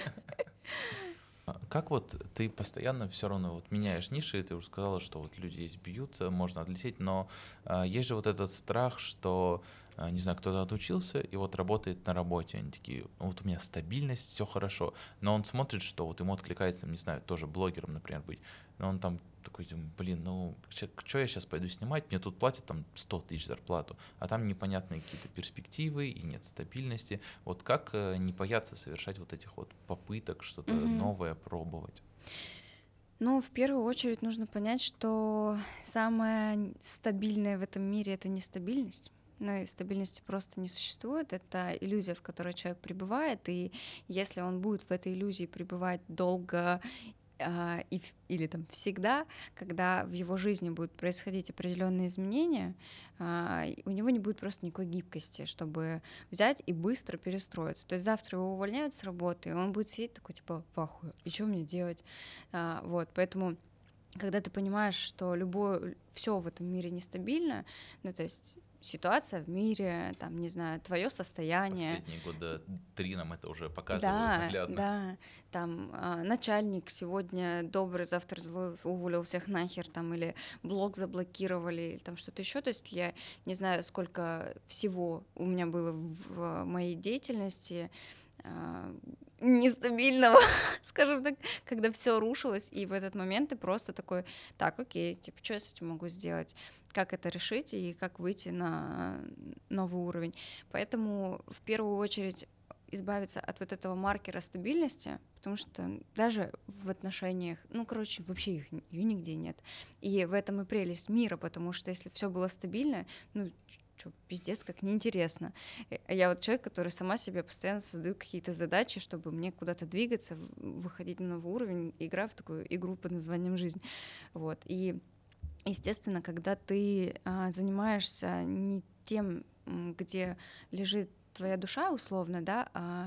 Speaker 2: А как вот ты постоянно все равно вот меняешь ниши, и ты уже сказала, что вот люди здесь бьются, можно отлететь, но а, есть же вот этот страх, что, а, не знаю, кто-то отучился и вот работает на работе, они такие, «Ну, вот у меня стабильность, все хорошо, но он смотрит, что вот ему откликается, не знаю, тоже блогером, например, быть, но он там такой, думает, блин, ну, что я сейчас пойду снимать, мне тут платят там сто тысяч зарплату, а там непонятные какие-то перспективы и нет стабильности. Вот как э, не бояться совершать вот этих вот попыток что-то
Speaker 1: Мгм.
Speaker 2: новое пробовать?
Speaker 1: Ну, в первую очередь нужно понять, что самое н- стабильное в этом мире — это нестабильность. Ну и стабильности просто не существует. Это иллюзия, в которой человек пребывает. И если он будет в этой иллюзии пребывать долго а, и, в- или там всегда, когда в его жизни будут происходить определенные изменения, а, и у него не будет просто никакой гибкости, чтобы взять и быстро перестроиться. То есть завтра его увольняют с работы, и он будет сидеть такой, типа, в ахуе, и что мне делать? А, вот, поэтому когда ты понимаешь, что любое, все в этом мире нестабильно, ну, то есть ситуация в мире, там, не знаю, твое состояние,
Speaker 2: Последние года три нам это уже показывают
Speaker 1: да,
Speaker 2: наглядно.
Speaker 1: да, там а, начальник сегодня добрый, завтра злой, уволил всех нахер, там, или блог заблокировали, или там что-то еще. То есть я не знаю, сколько всего у меня было в моей деятельности а, нестабильного, скажем так, когда все рушилось, и в этот момент ты просто такой, так, окей, типа, что я с этим могу сделать, как это решить и как выйти на новый уровень. Поэтому в первую очередь избавиться от вот этого маркера стабильности, потому что даже в отношениях, ну, короче, вообще их ее нигде нет. И в этом и прелесть мира, потому что если все было стабильно, ну, что, пиздец, как неинтересно. Э, а Я вот человек, который сама себе постоянно создаю какие-то задачи, чтобы мне куда-то двигаться, в- выходить на новый уровень, играя в такую игру под названием «Жизнь». Вот. И, естественно, когда ты а, занимаешься не тем, м, где лежит твоя душа условно, да, а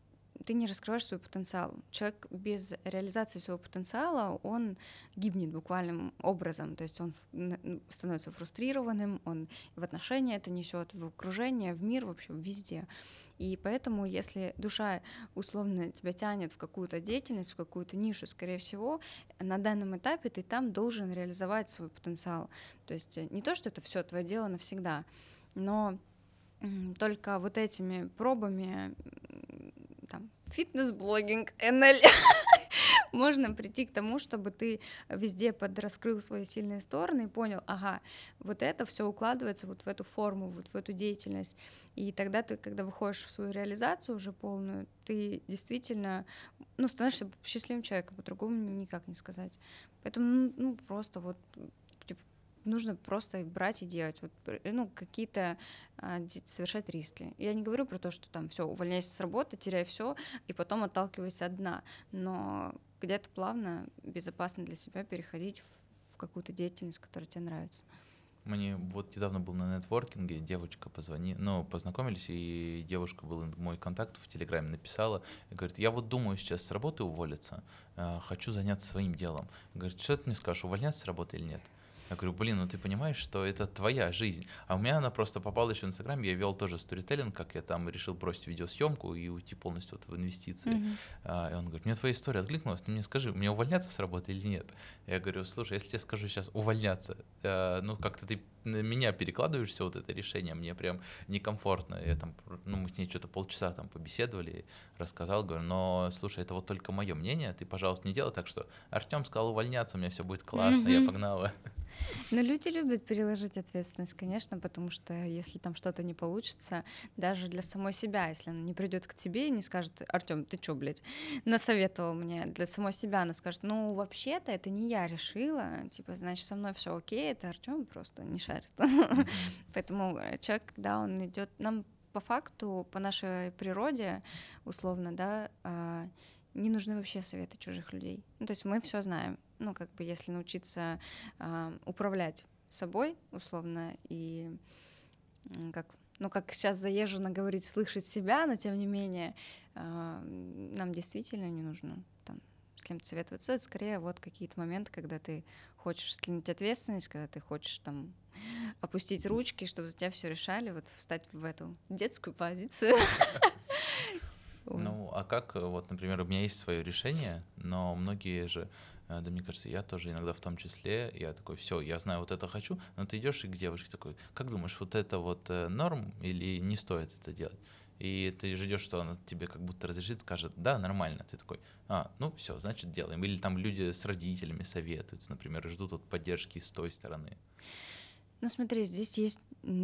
Speaker 1: ты не раскрываешь свой потенциал. Человек без реализации своего потенциала, он гибнет буквальным образом, то есть он ф- н- становится фрустрированным, он в отношения это несет, в окружение, в мир, вообще везде. И поэтому, если душа условно тебя тянет в какую-то деятельность, в какую-то нишу, скорее всего, на данном этапе ты там должен реализовать свой потенциал. То есть э, не то, что это все твое дело навсегда, но м, только вот этими пробами м, там фитнес-блогинг, эн эл можно прийти к тому, чтобы ты везде подраскрыл свои сильные стороны и понял, ага, вот это все укладывается вот в эту форму, вот в эту деятельность. И тогда ты, когда выходишь в свою реализацию уже полную, ты действительно, ну, становишься счастливым человеком, по-другому никак не сказать. Поэтому, ну, ну, просто вот типа, нужно просто брать и делать, вот, ну, какие-то а, совершать риски. Я не говорю про то, что там все, увольняйся с работы, теряй все, и потом отталкивайся от дна, но где-то плавно, безопасно для себя переходить в, в какую-то деятельность, которая тебе нравится.
Speaker 2: Мне вот недавно был на нетворкинге, девочка позвонила, ну, познакомились, и девушка был мой контакт в Телеграме, написала, и говорит, я вот думаю сейчас с работы уволиться, э, хочу заняться своим делом. Говорит, что ты мне скажешь, увольняться с работы или нет? Я говорю, блин, ну ты понимаешь, что это твоя жизнь. А у меня она просто попала еще в Инстаграм, я вел тоже сторителлинг, как я там решил бросить видеосъемку и уйти полностью вот в инвестиции.
Speaker 1: Mm-hmm.
Speaker 2: А, и он говорит, мне твоя история откликнулась, ты мне скажи, мне увольняться с работы или нет? Я говорю, слушай, если я скажу сейчас увольняться, э, ну как-то ты на меня перекладываешь все вот это решение, мне прям некомфортно. Я там, ну мы с ней что-то полчаса там побеседовали, рассказал, говорю, но слушай, это вот только мое мнение, ты, пожалуйста, не делай так, что Артем сказал увольняться, у меня все будет классно, mm-hmm. я погнала.
Speaker 1: Но люди любят переложить ответственность, конечно, потому что если там что-то не получится, даже для самой себя, если она не придет к тебе и не скажет, Артем, ты чё, блядь, насоветовал мне, для самой себя она скажет, ну, вообще-то это не я решила, типа, значит, со мной все окей, это Артем просто не шарит. Поэтому человек, когда он идет, нам по факту, по нашей природе, условно, да, не нужны вообще советы чужих людей. Ну, то есть мы все знаем. Ну, как бы если научиться э, управлять собой, условно, и как, ну, как сейчас заезженно говорить, слышать себя, но тем не менее э, нам действительно не нужно там с кем-то советоваться. Это скорее вот какие-то моменты, когда ты хочешь скинуть ответственность, когда ты хочешь там опустить ручки, чтобы за тебя все решали, вот встать в эту детскую позицию.
Speaker 2: Ну, а как, вот, например, у меня есть свое решение, но многие же, да мне кажется, я тоже иногда в том числе, я такой, все, я знаю, вот это хочу, но ты идешь и к девушке такой, как думаешь, вот это вот норм или не стоит это делать? И ты ждешь, что она тебе как будто разрешит, скажет, да, нормально. Ты такой, а, ну все, значит, делаем. Или там люди с родителями советуются, например, ждут вот поддержки с той стороны.
Speaker 1: Ну смотри, здесь есть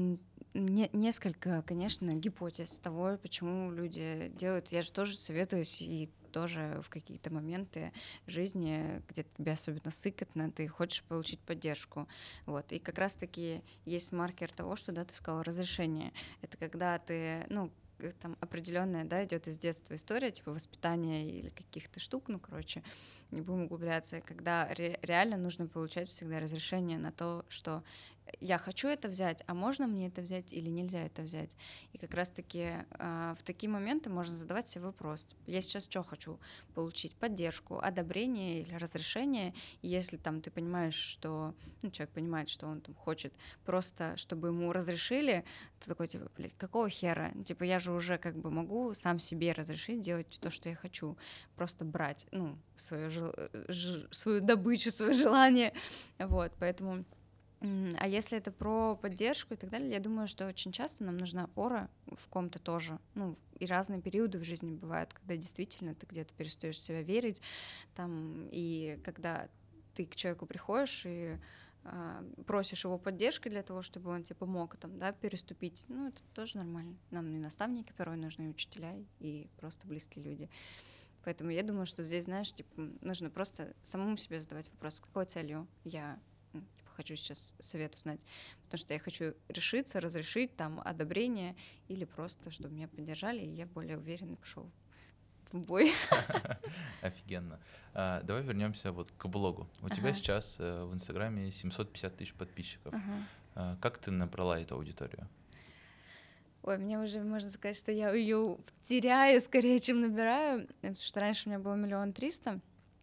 Speaker 1: не, несколько, конечно, гипотез того, почему люди делают. Я же тоже советуюсь, и тоже в какие-то моменты жизни, где тебе особенно сыкотно, ты хочешь получить поддержку. Вот. И как раз-таки есть маркер того, что, да, ты сказала, разрешение. Это когда ты, ну, там определенная, да, идет из детства история, типа воспитания или каких-то штук, ну, короче, не будем углубляться, когда ре- реально нужно получать всегда разрешение на то, что я хочу это взять, а можно мне это взять или нельзя это взять. И как раз-таки э, в такие моменты можно задавать себе вопрос. Я сейчас что хочу? Получить поддержку, одобрение или разрешение. И если там ты понимаешь, что... Ну, человек понимает, что он там хочет просто, чтобы ему разрешили, ты такой, типа, блядь, какого хера? Типа, я же уже как бы могу сам себе разрешить делать то, что я хочу. Просто брать, ну, свою, жел... ж... свою добычу, свое желание. Вот, поэтому... А если это про поддержку и так далее, я думаю, что очень часто нам нужна опора в ком-то тоже. Ну, и разные периоды в жизни бывают, когда действительно ты где-то перестаешь в себя верить, там, и когда ты к человеку приходишь и а, просишь его поддержки для того, чтобы он тебе помог там, да, переступить, ну, это тоже нормально. Нам и наставники порой нужны, и учителя, и просто близкие люди. Поэтому я думаю, что здесь, знаешь, типа, нужно просто самому себе задавать вопрос, с какой целью я хочу сейчас совет узнать, потому что я хочу решиться, разрешить, там, одобрение, или просто, чтобы меня поддержали, и я более уверенно пошел в бой.
Speaker 2: Офигенно. А, давай вернемся вот к блогу. У ага. тебя сейчас э, в Инстаграме семьсот пятьдесят тысяч подписчиков. Ага. А, как ты набрала эту аудиторию?
Speaker 1: Ой, мне уже можно сказать, что я ее теряю скорее, чем набираю, потому что раньше у меня было миллион триста.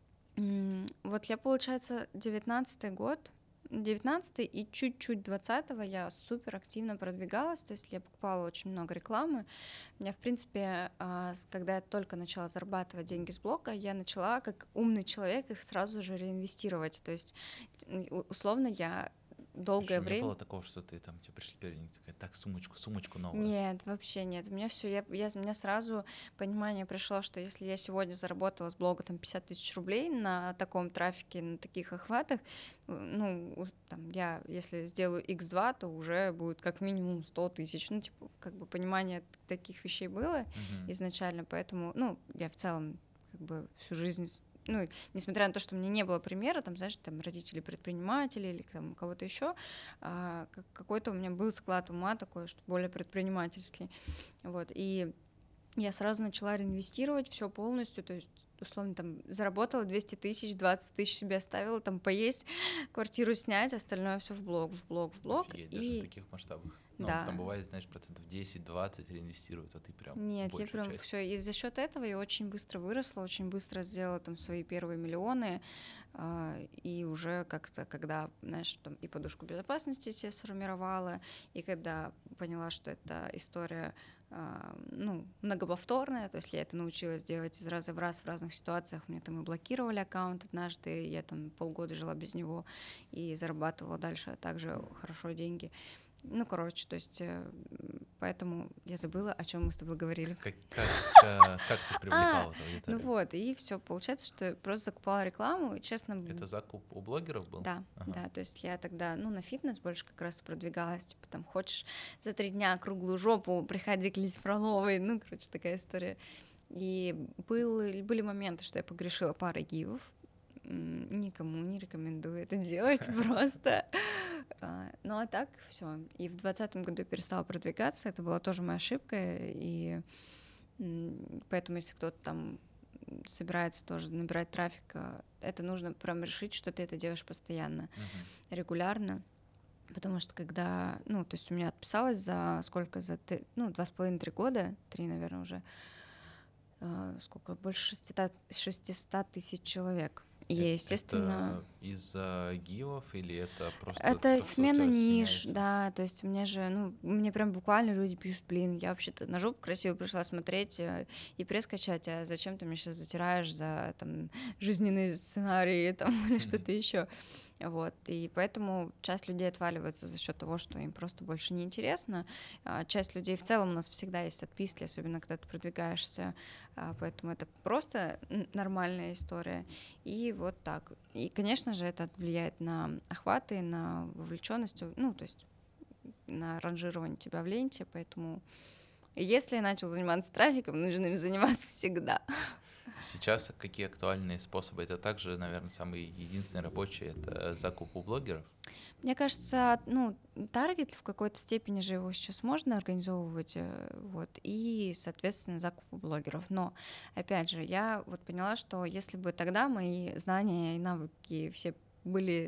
Speaker 1: Вот я, получается, девятнадцатый год, девятнадцатый и чуть-чуть двадцатого я супер активно продвигалась, то есть я покупала очень много рекламы. У меня, в принципе, когда я только начала зарабатывать деньги с блога, я начала как умный человек их сразу же реинвестировать, то есть условно я долгое
Speaker 2: Вообще не
Speaker 1: время...
Speaker 2: было такого, что ты там, тебе пришли передники, такая, так, сумочку, сумочку новую.
Speaker 1: Нет, вообще нет. У меня все, я, я, у меня сразу понимание пришло, что если я сегодня заработала с блога там пятьдесят тысяч рублей на таком трафике, на таких охватах, ну, у- там, я, если сделаю икс два, то уже будет как минимум сто тысяч. Ну, типа, как бы понимание таких вещей было
Speaker 2: Мгм.
Speaker 1: изначально, поэтому, ну, я в целом как бы всю жизнь с- ну, несмотря на то, что у меня не было примера, там, знаешь, там, родители предприниматели или там кого-то еще, а, как- какой-то у меня был склад ума такой, что более предпринимательский, вот, и я сразу начала реинвестировать все полностью, то есть условно там заработала двести тысяч, двадцать тысяч себе оставила, там поесть, квартиру снять, остальное все в блог, в блог, в блог,
Speaker 2: Офигеть, даже в
Speaker 1: и
Speaker 2: таких масштабах. Ну, там
Speaker 1: да.
Speaker 2: бывает, знаешь, процентов десять-двадцать реинвестируют, а ты прям
Speaker 1: Нет, я
Speaker 2: большую
Speaker 1: прям
Speaker 2: часть.
Speaker 1: все. И за счет этого я очень быстро выросла, очень быстро сделала там свои первые миллионы. а, И уже как-то, когда, знаешь, там и подушку безопасности себе сформировала, и когда поняла, что эта история а, ну, многоповторная, то есть я это научилась делать из раза в раз в разных ситуациях. Мне там и блокировали аккаунт однажды, я там полгода жила без него и зарабатывала дальше также хорошо деньги. Ну, короче, то есть, э, поэтому я забыла, о чем мы с тобой говорили.
Speaker 2: Как, как, э, как ты
Speaker 1: А,
Speaker 2: привлекала эту
Speaker 1: ну
Speaker 2: аудиторию?
Speaker 1: вот, и все, получается, что я просто закупала рекламу, и, честно, м,
Speaker 2: Это закуп у блогеров был?
Speaker 1: да,
Speaker 2: Ага.
Speaker 1: да, то есть я тогда, ну, на фитнес больше как раз продвигалась, типа, там, хочешь за три дня круглую жопу, приходи к Лизе Фроловой, ну, короче, такая история. И был, были моменты, что я погрешила парой гивов, м, никому не рекомендую это делать просто. А, Ну а так все. И в двадцатом году я перестала продвигаться, это была тоже моя ошибка, и м, поэтому если кто-то там собирается тоже набирать трафик, а, это нужно прям решить, что ты это делаешь постоянно,
Speaker 2: Мгм.
Speaker 1: регулярно, потому что когда, ну, то есть у меня отписалось за сколько, за, т- ну, два с половиной-три года, три, наверное, уже, а, сколько, больше шестисот шестисот тысяч человек. И,
Speaker 2: Э-
Speaker 1: естественно,
Speaker 2: Это из-за гивов или это просто
Speaker 1: это
Speaker 2: то, что у
Speaker 1: смена
Speaker 2: тебя
Speaker 1: ниш,
Speaker 2: сменяется?
Speaker 1: да, то есть мне же, ну, мне прям буквально люди пишут, блин, я вообще-то на жопу красиво пришла смотреть э, и пресс качать, а зачем ты меня сейчас затираешь за там жизненные сценарии там или что-то еще, вот, и поэтому часть людей отваливается за счет того, что им просто больше не интересно, а часть людей в целом у нас всегда есть отписки, особенно когда ты продвигаешься, а, поэтому это просто н- нормальная история, и вот так. И, конечно же, это влияет на охваты, на вовлеченность, ну, то есть на ранжирование тебя в ленте, поэтому если я начал заниматься трафиком, нужно им заниматься всегда.
Speaker 2: Сейчас какие актуальные способы? Это также, наверное, самый единственный рабочий, это закуп у блогеров.
Speaker 1: Мне кажется, ну, таргет в какой-то степени же его сейчас можно организовывать, э, вот, и, соответственно, закуп у блогеров. Но, опять же, я вот поняла, что если бы тогда мои знания и навыки все были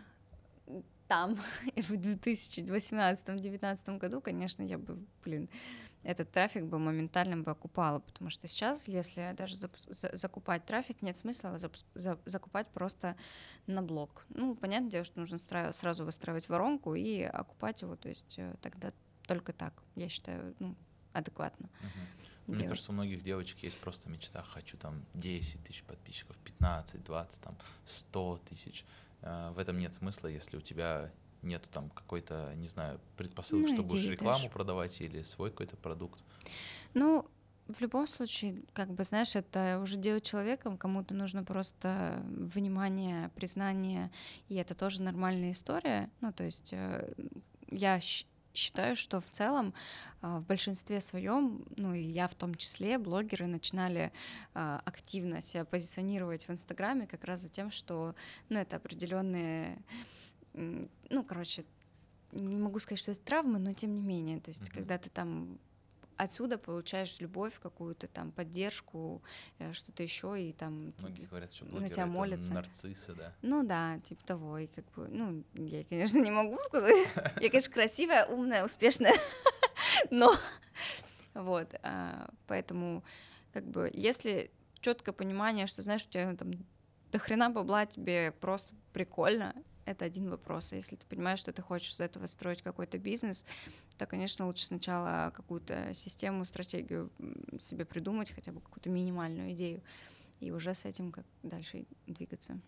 Speaker 1: там, в две тысячи восемнадцатом-девятнадцатом году, конечно, я бы, блин, этот трафик бы моментально бы окупала, потому что сейчас, если даже запу- за- закупать трафик, нет смысла его запус- за- закупать просто на блог. Ну, понятное дело, что нужно стра- сразу выстраивать воронку и окупать его, то есть э, тогда только так, я считаю, ну, адекватно
Speaker 2: Мгм. Ну, мне
Speaker 1: делать.
Speaker 2: кажется, у многих девочек есть просто мечта, хочу там десять тысяч подписчиков, пятнадцать, двадцать, там сто тысяч. Э, В этом нет смысла, если у тебя нету там какой-то, не знаю, предпосылок,
Speaker 1: Ну,
Speaker 2: что будешь
Speaker 1: идеи
Speaker 2: рекламу
Speaker 1: даже.
Speaker 2: продавать или свой какой-то продукт.
Speaker 1: Ну, в любом случае, как бы, знаешь, это уже делать человеком, кому-то нужно просто внимание, признание, и это тоже нормальная история. Ну, то есть э, я щ- считаю, что в целом а, в большинстве своем, ну и я в том числе, блогеры начинали а, активно себя позиционировать в Инстаграме как раз за тем, что, ну, это определенные, м, ну, короче, не могу сказать, что это травмы, но тем не менее, то есть
Speaker 2: Мгм.
Speaker 1: когда ты там отсюда получаешь любовь какую-то, там, поддержку, э, что-то еще, и там типа,
Speaker 2: Многие говорят, что
Speaker 1: на
Speaker 2: блогеры
Speaker 1: тебя
Speaker 2: это
Speaker 1: молятся.
Speaker 2: нарциссы, да.
Speaker 1: Ну да, типа того, и как бы, ну, я, конечно, не могу сказать. Я, конечно, красивая, умная, успешная, но вот, а, поэтому, как бы, если четкое понимание, что, знаешь, у тебя там до хрена бабла, тебе просто прикольно, это один вопрос. А если ты понимаешь, что ты хочешь из этого строить какой-то бизнес, то, конечно, лучше сначала какую-то систему, стратегию м, себе придумать, хотя бы какую-то минимальную идею, и уже с этим как дальше двигаться.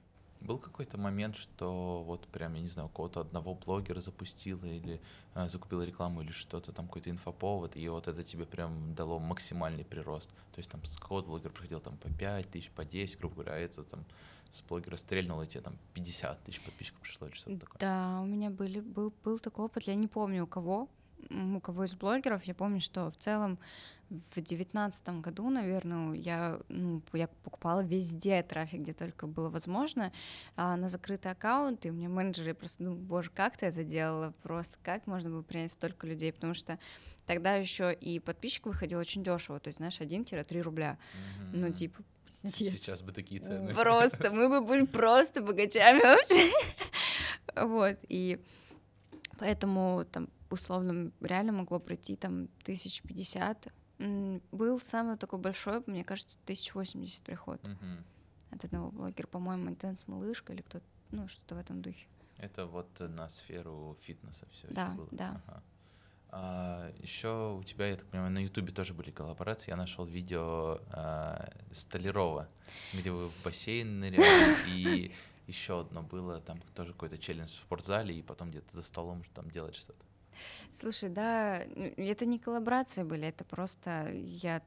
Speaker 2: Был какой-то момент, что вот прям, я не знаю, у кого-то одного блогера запустила или э, закупила рекламу или что-то, там какой-то инфоповод, и вот это тебе прям дало максимальный прирост. То есть там с какого-то блогера приходил там по пять тысяч, по десять, грубо говоря, а это там с блогера стрельнуло, и тебе там пятьдесят тысяч подписчиков пришло или что-то такое.
Speaker 1: Да, у меня были, был, был такой опыт, я не помню у кого, м, у кого из блогеров, я помню, что в целом в девятнадцатом году, наверное, я, ну, я покупала везде трафик, где только было возможно, а, на закрытый аккаунт, и у меня менеджеры просто, ну, боже, как ты это делала, просто как можно было принять столько людей, потому что тогда еще и подписчик выходил очень дешево, то есть, знаешь, один-три рубля, ну,
Speaker 2: Мгм.
Speaker 1: типа, пиздец.
Speaker 2: Сейчас бы такие цены.
Speaker 1: Просто, мы бы были просто богачами вообще. Вот, и поэтому там условно реально могло пройти там тысяч пятьдесят. М, Был самый такой большой, мне кажется, тысяч восемьдесят приход
Speaker 2: Мгм.
Speaker 1: от одного блогера, по-моему, Intense Малышка или кто-то, ну, что-то в этом духе.
Speaker 2: Это вот на сферу фитнеса все
Speaker 1: Да,
Speaker 2: еще было.
Speaker 1: да.
Speaker 2: Ага. А, еще у тебя, я так понимаю, на Ютубе тоже были коллаборации. Я нашел видео а, Столярова, где вы в бассейн ныряли, и еще одно было, там тоже какой-то челлендж в спортзале, и потом где-то за столом там делать что-то.
Speaker 1: Слушай, да, н- это не коллаборации были, это просто я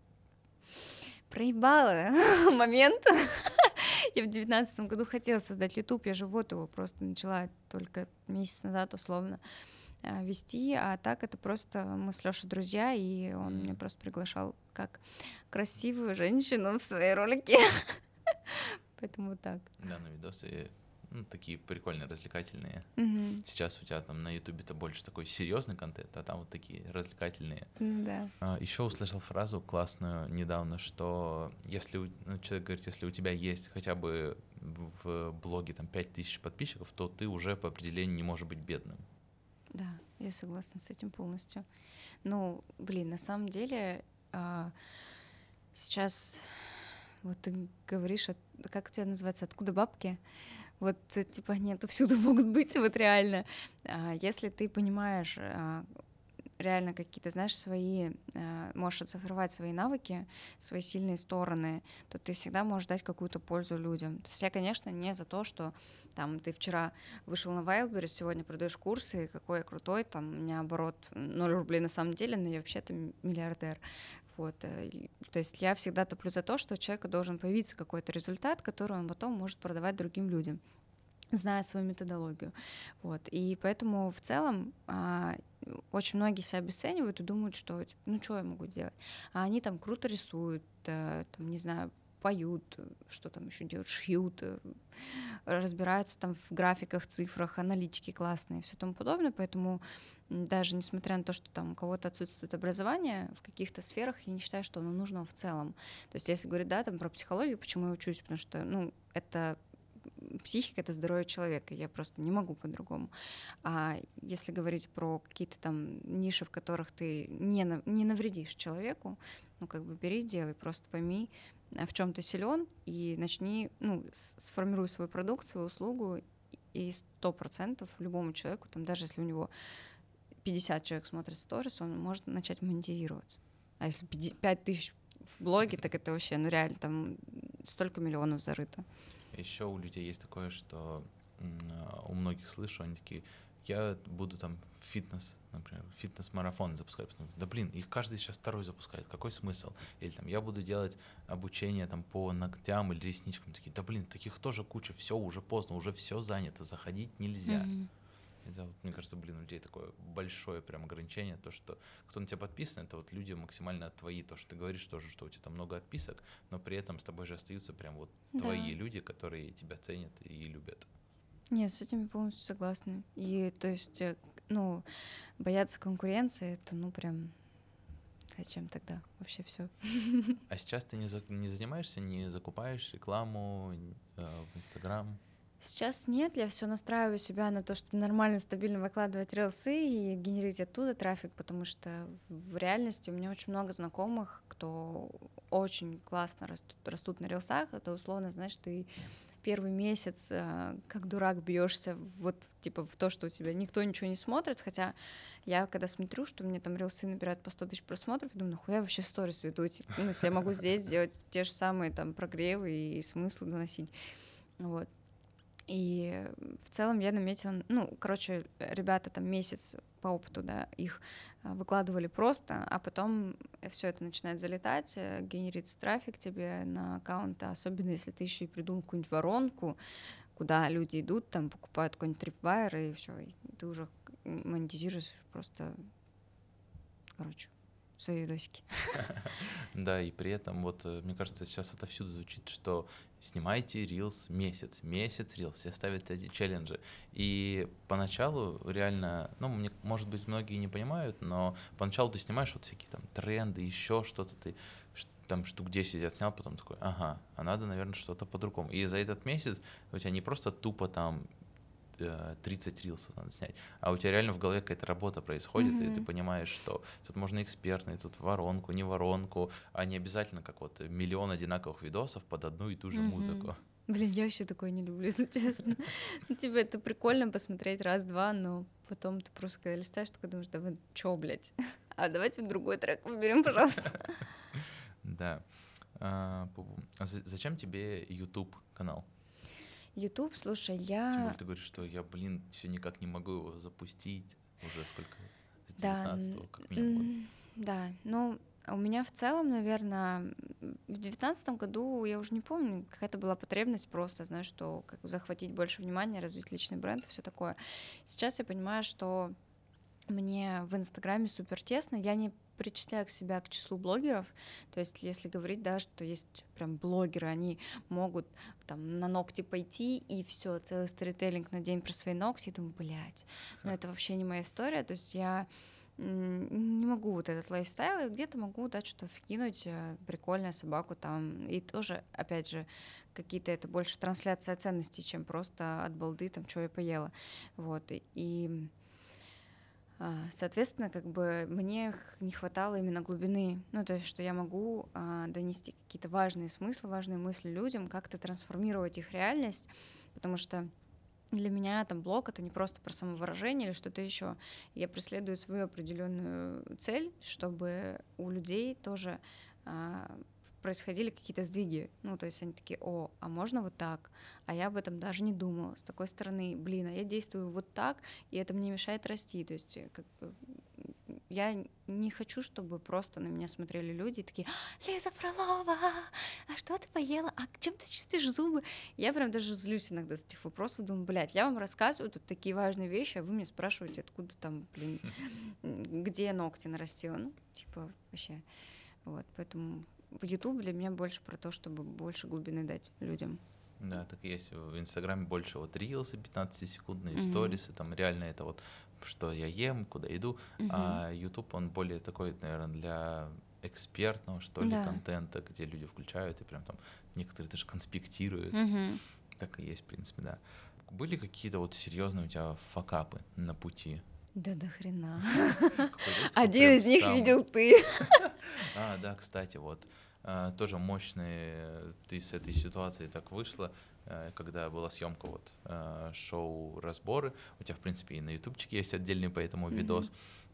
Speaker 1: проебала момент. Я в девятнадцатом году хотела создать YouTube, я же вот его просто начала только месяц назад условно а, вести, а так это просто мы с Лёшей друзья, и он меня
Speaker 2: М.
Speaker 1: просто приглашал как красивую женщину в свои ролики. Поэтому вот так.
Speaker 2: Да, на видосы, ну, такие прикольные, развлекательные.
Speaker 1: Мгм.
Speaker 2: Сейчас у тебя там на Ютубе-то больше такой серьезный контент, а там вот такие развлекательные.
Speaker 1: Да.
Speaker 2: Еще услышал фразу классную недавно, что если у- ну, человек говорит, если у тебя есть хотя бы в в блоге там пять тысяч подписчиков, то ты уже по определению не можешь быть бедным.
Speaker 1: Да, я согласна с этим полностью. Ну, блин, на самом деле а, сейчас вот ты говоришь, от- как у тебя называется, откуда бабки? Вот, э, типа, они отовсюду могут быть, вот реально. А, Если ты понимаешь а, реально какие-то, знаешь, свои, а, можешь оцифровать свои навыки, свои сильные стороны, то ты всегда можешь дать какую-то пользу людям. То есть я, конечно, не за то, что там ты вчера вышел на Wildberries, сегодня продаешь курсы, какой я крутой, там у меня оборот ноль рублей на самом деле, но я вообще-то миллиардер. Вот, э, и- то есть я всегда топлю за то, что у человека должен появиться какой-то результат, который он потом может продавать другим людям, зная свою методологию. Вот. И поэтому в целом а, очень многие себя обесценивают и думают, что типа, ну что я могу делать? А они там круто рисуют, э, там, не знаю, поют, э, что там еще делают, шьют, э, разбираются там в графиках, цифрах, аналитики классные и все тому подобное. Поэтому м, даже несмотря на то, что там у кого-то отсутствует образование в каких-то сферах, я не считаю, что оно нужно в целом. То есть если говорить, да, там про психологию, почему я учусь, потому что, ну, это психика — это здоровье человека, я просто не могу по-другому. А если говорить про какие-то там ниши, в которых ты не, на- не навредишь человеку, ну, как бы бери, делай, просто пойми, а, в чем ты силен, и начни, ну, с- сформируй свой продукт, свою услугу, и сто процентов любому человеку, там, даже если у него пятьдесят человек смотрит сторис, он может начать монетизироваться. А если пять тысяч в блоге, так это вообще, ну реально, там столько миллионов зарыто.
Speaker 2: Еще у людей есть такое, что м, а, у многих слышу, они такие, я буду там фитнес, например, фитнес-марафон запускать. Потом, да блин, их каждый сейчас второй запускает, какой смысл? Или там, я буду делать обучение там по ногтям или ресничкам. Такие, да блин, таких тоже куча, все, уже поздно, уже все занято, заходить нельзя.
Speaker 1: Мгм.
Speaker 2: Это, вот, мне кажется, блин, у людей такое большое прям ограничение, то, что кто на тебя подписан, это вот люди максимально твои, то, что ты говоришь тоже, что у тебя там много отписок, но при этом с тобой же остаются прям вот
Speaker 1: Да.
Speaker 2: твои люди, которые тебя ценят и любят.
Speaker 1: Нет, с этим я полностью согласна. И то есть, э, ну, бояться конкуренции, это, ну, прям зачем тогда вообще все?
Speaker 2: А сейчас ты не, за- не занимаешься, не закупаешь рекламу э, в Инстаграм?
Speaker 1: Сейчас нет, я все настраиваю себя на то, что нормально, стабильно выкладывать рилсы и генерить оттуда трафик, потому что в реальности у меня очень много знакомых, кто очень классно растут, растут на рилсах. Это условно, знаешь, ты первый месяц э, как дурак бьешься вот типа в то, что у тебя никто ничего не смотрит, хотя я когда смотрю, что мне там рилсы набирают по сто тысяч просмотров, я думаю, нахуя я вообще сторис веду, типа, ну, если я могу здесь сделать те же самые там прогревы и смыслы доносить, вот. И в целом я наметила, ну, короче, ребята там месяц по опыту, да, их а, выкладывали просто, а потом все это начинает залетать, э, генерится трафик тебе на аккаунт, а особенно если ты еще и придумал какую-нибудь воронку, куда люди идут, там покупают какой-нибудь Tripwire, и все, и ты уже монетизируешь просто, короче, свои видосики.
Speaker 2: Да, и при этом, вот, э, мне кажется, сейчас отовсюду звучит, что снимайте рилс месяц, месяц рилс, все ставят эти челленджи. И поначалу реально, ну, мне, может быть, многие не понимают, но поначалу ты снимаешь вот всякие там тренды, еще что-то, ты ш- там штук десять отснял, потом такой, ага, а надо, наверное, что-то по-другому. И за этот месяц у тебя не просто тупо там э, тридцать рилсов надо снять, а у тебя реально в голове какая-то работа происходит, и ты
Speaker 1: Мгм.
Speaker 2: понимаешь, что тут можно экспертный, тут воронку, не воронку, а не обязательно как вот миллион одинаковых видосов под одну и ту же
Speaker 1: Мгм.
Speaker 2: музыку.
Speaker 1: Блин, я вообще такое не люблю, если честно. Ну, типа, это прикольно посмотреть раз-два, но потом ты просто, когда листаешь, такой думаешь, да вы чё, блядь? А давайте в другой трек выберем, пожалуйста.
Speaker 2: Да. А, пу-пу. А за- зачем тебе YouTube канал?
Speaker 1: YouTube, слушай,
Speaker 2: Тем более
Speaker 1: я...
Speaker 2: ты говоришь, что я, блин, все никак не могу его запустить. Уже сколько? С
Speaker 1: Да, н-
Speaker 2: девятнадцатого как минимум года.
Speaker 1: м, да, ну, у меня в целом, наверное, в девятнадцатом году, я уже не помню, какая-то была потребность просто, знаешь, что как захватить больше внимания, развить личный бренд и все такое. Сейчас я понимаю, что мне в Инстаграме супер тесно, я не причисляю к себя к числу блогеров, то есть если говорить, да, что есть прям блогеры, они могут там на ногти пойти и все, целый сторителлинг на день про свои ногти, и думаю, блядь, но это вообще не моя история, то есть я м, не могу вот этот лайфстайл, и где-то могу, да, что-то вкинуть, э, прикольную собаку там, и тоже, опять же, какие-то это больше трансляция ценностей, чем просто от балды, там, что я поела, вот, и, и а, соответственно, как бы мне х- не хватало именно глубины, ну, то есть, что я могу а, донести какие-то важные смыслы, важные мысли людям, как-то трансформировать их реальность, потому что для меня там блог — это не просто про самовыражение или что-то еще. Я преследую свою определенную цель, чтобы у людей тоже а, происходили какие-то сдвиги. Ну, то есть они такие, о, а можно вот так? А я об этом даже не думала. С такой стороны, блин, а я действую вот так, и это мне мешает расти. То есть э, как бы м, я не хочу, чтобы просто на меня смотрели люди и такие: Лиза Фролова, а что ты поела? А чем ты чистишь зубы? Я прям даже злюсь иногда с этих вопросов, думаю, блядь, я вам рассказываю тут такие важные вещи, а вы мне спрашиваете, откуда там, блин, где я ногти нарастила. Ну, типа, вообще. Вот, поэтому в YouTube для меня больше про то, чтобы больше глубины дать людям.
Speaker 2: Да, так и есть. В Инстаграме больше вот рилсы пятнадцатисекундные,
Speaker 1: Мгм.
Speaker 2: сторисы, там реально это вот, что я ем, куда иду.
Speaker 1: Мгм.
Speaker 2: А YouTube, он более такой, наверное, для экспертного, что ли,
Speaker 1: Да.
Speaker 2: контента, где люди включают и прям там некоторые даже конспектируют.
Speaker 1: Мгм.
Speaker 2: Так и есть, в принципе, да. Были какие-то вот серьезные у тебя факапы на пути?
Speaker 1: Да до хрена.
Speaker 2: Какой-то есть такой
Speaker 1: Один
Speaker 2: прям
Speaker 1: из них
Speaker 2: самый?
Speaker 1: видел ты.
Speaker 2: А, да, кстати, вот а, тоже мощный, э, ты с этой ситуации так вышла, э, когда была съемка вот э, шоу «Разборы». У тебя, в принципе, и на ютубчике есть отдельный по этому
Speaker 1: Мгм.
Speaker 2: видос.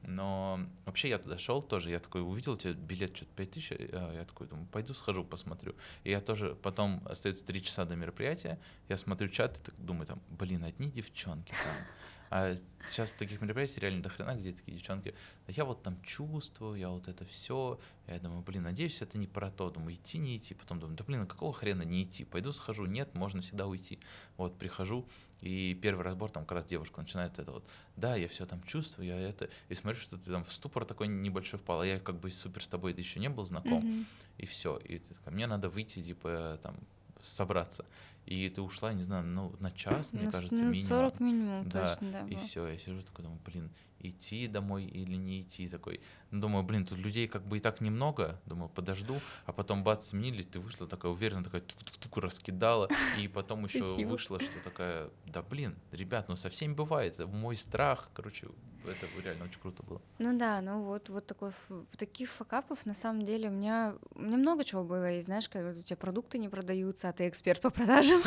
Speaker 2: Но вообще я туда шел тоже, я такой увидел, у тебя билет что-то пять тысяч, э, я такой думаю, пойду схожу, посмотрю. И я тоже, потом остается три часа до мероприятия, я смотрю чат и так думаю, там, блин, одни девчонки там. А сейчас таких мероприятий реально дохрена, где такие девчонки, да я вот там чувствую, я вот это все. Я думаю, блин, надеюсь, это не про то. Думаю, идти, не идти. Потом думаю, да блин, а какого хрена не идти? Пойду схожу. Нет, можно всегда уйти. Вот, прихожу, и первый разбор, там как раз девушка начинает это вот, да, я все там чувствую, я это, и смотрю, что ты там в ступор такой небольшой впал, а я как бы супер с тобой еще не был знаком,
Speaker 1: Мгм.
Speaker 2: и все, и ты такая, мне надо выйти, типа, там, собраться. И ты ушла, не знаю, ну, на час, мне
Speaker 1: На с-
Speaker 2: кажется,
Speaker 1: минут
Speaker 2: минимум.
Speaker 1: сорок минимум,
Speaker 2: Да,
Speaker 1: точно, да,
Speaker 2: и
Speaker 1: было.
Speaker 2: все, я сижу такой, думаю, блин, идти домой или не идти, такой, ну, думаю, блин, тут людей как бы и так немного, думаю, подожду, а потом бац, сменились, ты вышла такая уверенно, такая тук-тук-тук раскидала, и потом еще
Speaker 1: Спасибо.
Speaker 2: вышло, что такая, да блин, ребят, ну со всеми бывает, это мой страх, короче, это реально очень круто было.
Speaker 1: Ну да, ну вот, вот такой, ф- таких факапов на самом деле у меня, у меня много чего было, и знаешь, когда у тебя продукты не продаются, а ты эксперт по продажам,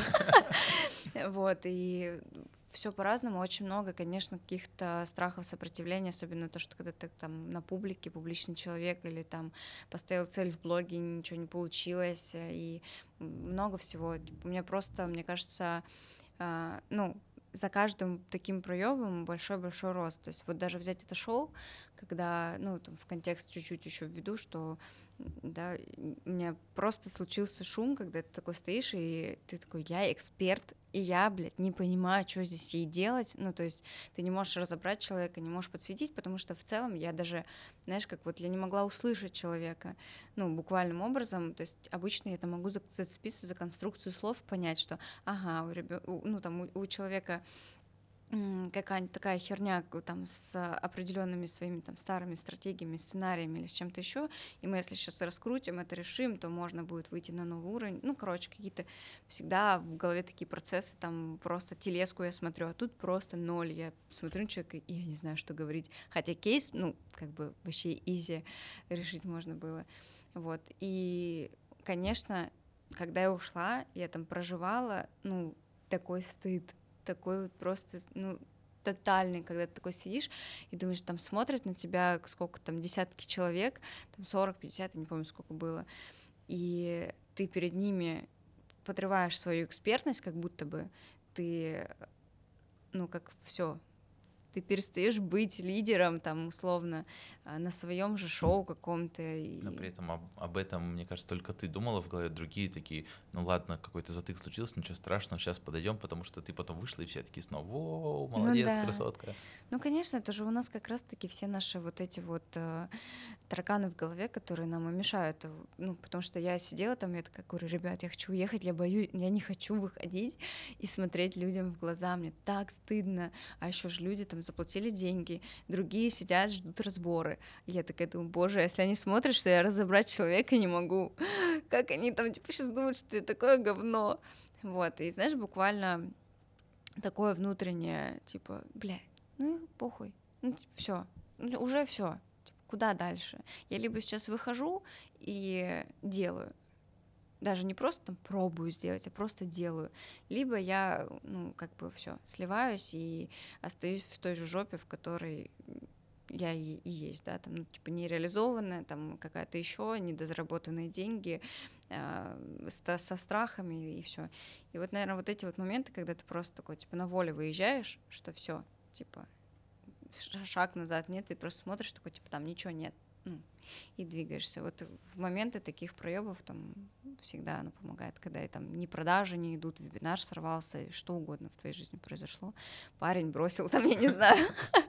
Speaker 1: вот, и все по-разному, очень много, конечно, каких-то страхов сопротивления, особенно то, что когда ты там на публике, публичный человек, или там поставил цель в блоге, ничего не получилось, э, и много всего. У меня просто, мне кажется, а, ну, за каждым таким проемом большой-большой рост. То есть вот даже взять это шоу, когда, ну, там, в контекст чуть-чуть еще введу, что, да, у меня просто случился шум, когда ты такой стоишь, и ты такой, я эксперт, и я, блядь, не понимаю, что здесь ей делать. Ну, то есть ты не можешь разобрать человека, не можешь подсветить, потому что в целом я даже, знаешь, как вот я не могла услышать человека, ну, буквальным образом. То есть обычно я там могу зацепиться за конструкцию слов, понять, что, ага, у ребё... у, ну, там, у, у человека какая-нибудь такая херня там с определенными своими там старыми стратегиями, сценариями или с чем-то еще, и мы если сейчас раскрутим это, решим, то можно будет выйти на новый уровень. Ну, короче, какие-то всегда в голове такие процессы, там просто телеску я смотрю, а тут просто ноль. Я смотрю на человека, и я не знаю, что говорить. Хотя кейс, ну, как бы вообще изи решить можно было. Вот. И, конечно, когда я ушла, я там проживала, ну, такой стыд, такой вот просто, ну, тотальный, когда ты такой сидишь и думаешь, там смотрят на тебя сколько там, десятки человек, там сорок пятьдесят, я не помню, сколько было, и ты перед ними подрываешь свою экспертность, как будто бы ты, ну, как все, ты перестаешь быть лидером, там, условно, на своем же шоу каком-то. И...
Speaker 2: Но при этом об, об этом, мне кажется, только ты думала в голове, другие такие, ну ладно, какой-то затык случился, ничего страшного, сейчас подойдем, потому что ты потом вышла, и все такие снова, воу, молодец,
Speaker 1: ну, да.
Speaker 2: красотка.
Speaker 1: Ну, конечно, это же у нас как раз-таки все наши вот эти вот э, тараканы в голове, которые нам и мешают. Ну, потому что я сидела там, я такая говорю, ребят, я хочу уехать, я боюсь, я не хочу выходить и смотреть людям в глаза, мне так стыдно. А еще же люди там заплатили деньги, другие сидят, ждут разборы. И я такая думаю, боже, если они смотрят, что я разобрать человека не могу, как они там типа сейчас думают, что я такое говно. Вот, и знаешь, буквально такое внутреннее, типа, бля, ну похуй, ну типа все, уже все, типа, куда дальше? Я либо сейчас выхожу и делаю, даже не просто там пробую сделать, а просто делаю, либо я, ну как бы все, сливаюсь и остаюсь в той же жопе, в которой я и, и есть, да, там, ну, типа, нереализованная, там, какая-то еще недозаработанные деньги, э, с, со страхами и все. И вот, наверное, вот эти вот моменты, когда ты просто такой, типа, на воле выезжаешь, что все, типа, шаг назад нет, ты просто смотришь, такой, типа, там ничего нет, ну, и двигаешься. Вот в моменты таких проебов там всегда оно помогает, когда и, там ни продажи не идут, вебинар сорвался, что угодно в твоей жизни произошло, парень бросил, там, я не знаю.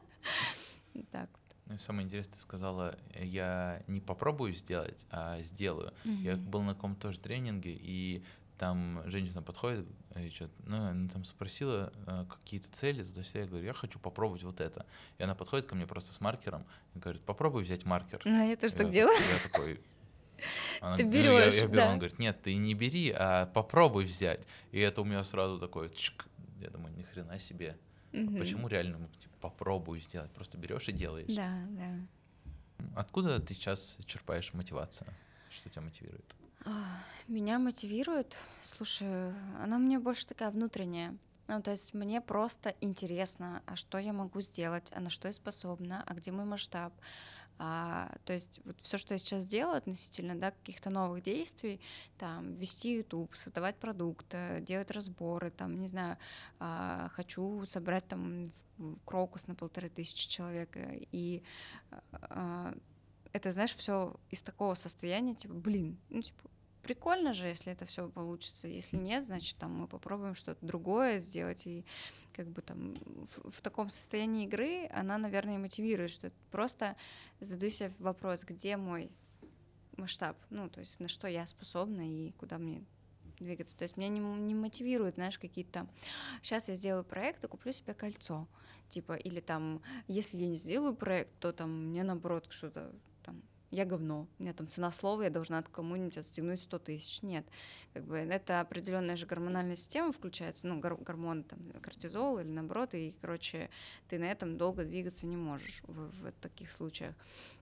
Speaker 1: Так.
Speaker 2: Ну и самое интересное, ты сказала, я не попробую сделать, а сделаю. Mm-hmm. Я был на каком-то тоже тренинге, и там женщина подходит, и что-то, ну, она там спросила э, какие-то цели, то есть я говорю, я хочу попробовать вот это. И она подходит ко мне просто с маркером и говорит, попробуй взять маркер.
Speaker 1: Ну, я тоже
Speaker 2: и
Speaker 1: так
Speaker 2: я
Speaker 1: делаю.
Speaker 2: Так, я такой... Она,
Speaker 1: ты берешь,
Speaker 2: ну, я, я беру,
Speaker 1: да.
Speaker 2: она говорит, нет, ты не бери, а попробуй взять. И это у меня сразу такое, чик, я думаю, ни хрена себе.
Speaker 1: Угу.
Speaker 2: Почему реально ну, типа, попробую сделать? Просто берешь и делаешь.
Speaker 1: Да, да.
Speaker 2: Откуда ты сейчас черпаешь мотивацию? Что тебя мотивирует?
Speaker 1: Меня мотивирует, слушай, она у меня больше такая внутренняя. Ну, то есть мне просто интересно, а что я могу сделать, а на что я способна, а где мой масштаб. А, то есть вот все, что я сейчас делаю относительно, да, каких-то новых действий, там, вести YouTube, создавать продукт, делать разборы, там, не знаю, а, хочу собрать там крокус на полторы тысячи человек, и а, это, знаешь, все из такого состояния, типа, блин, ну, типа, прикольно же, если это все получится. Если нет, значит, там мы попробуем что-то другое сделать. И как бы там в, в таком состоянии игры она, наверное, мотивирует, что просто задаю себе вопрос, где мой масштаб, ну, то есть на что я способна и куда мне двигаться. То есть меня не, не мотивирует, знаешь, какие-то... Сейчас я сделаю проект и куплю себе кольцо. Типа, или там, если я не сделаю проект, то там мне, наоборот, что-то там я говно, у меня там цена слова, я должна от кому-нибудь отстегнуть сто тысяч. Нет, как бы это определенная же гормональная система включается, ну, гор- гормон, там, кортизол или наоборот, и, короче, ты на этом долго двигаться не можешь в, в таких случаях.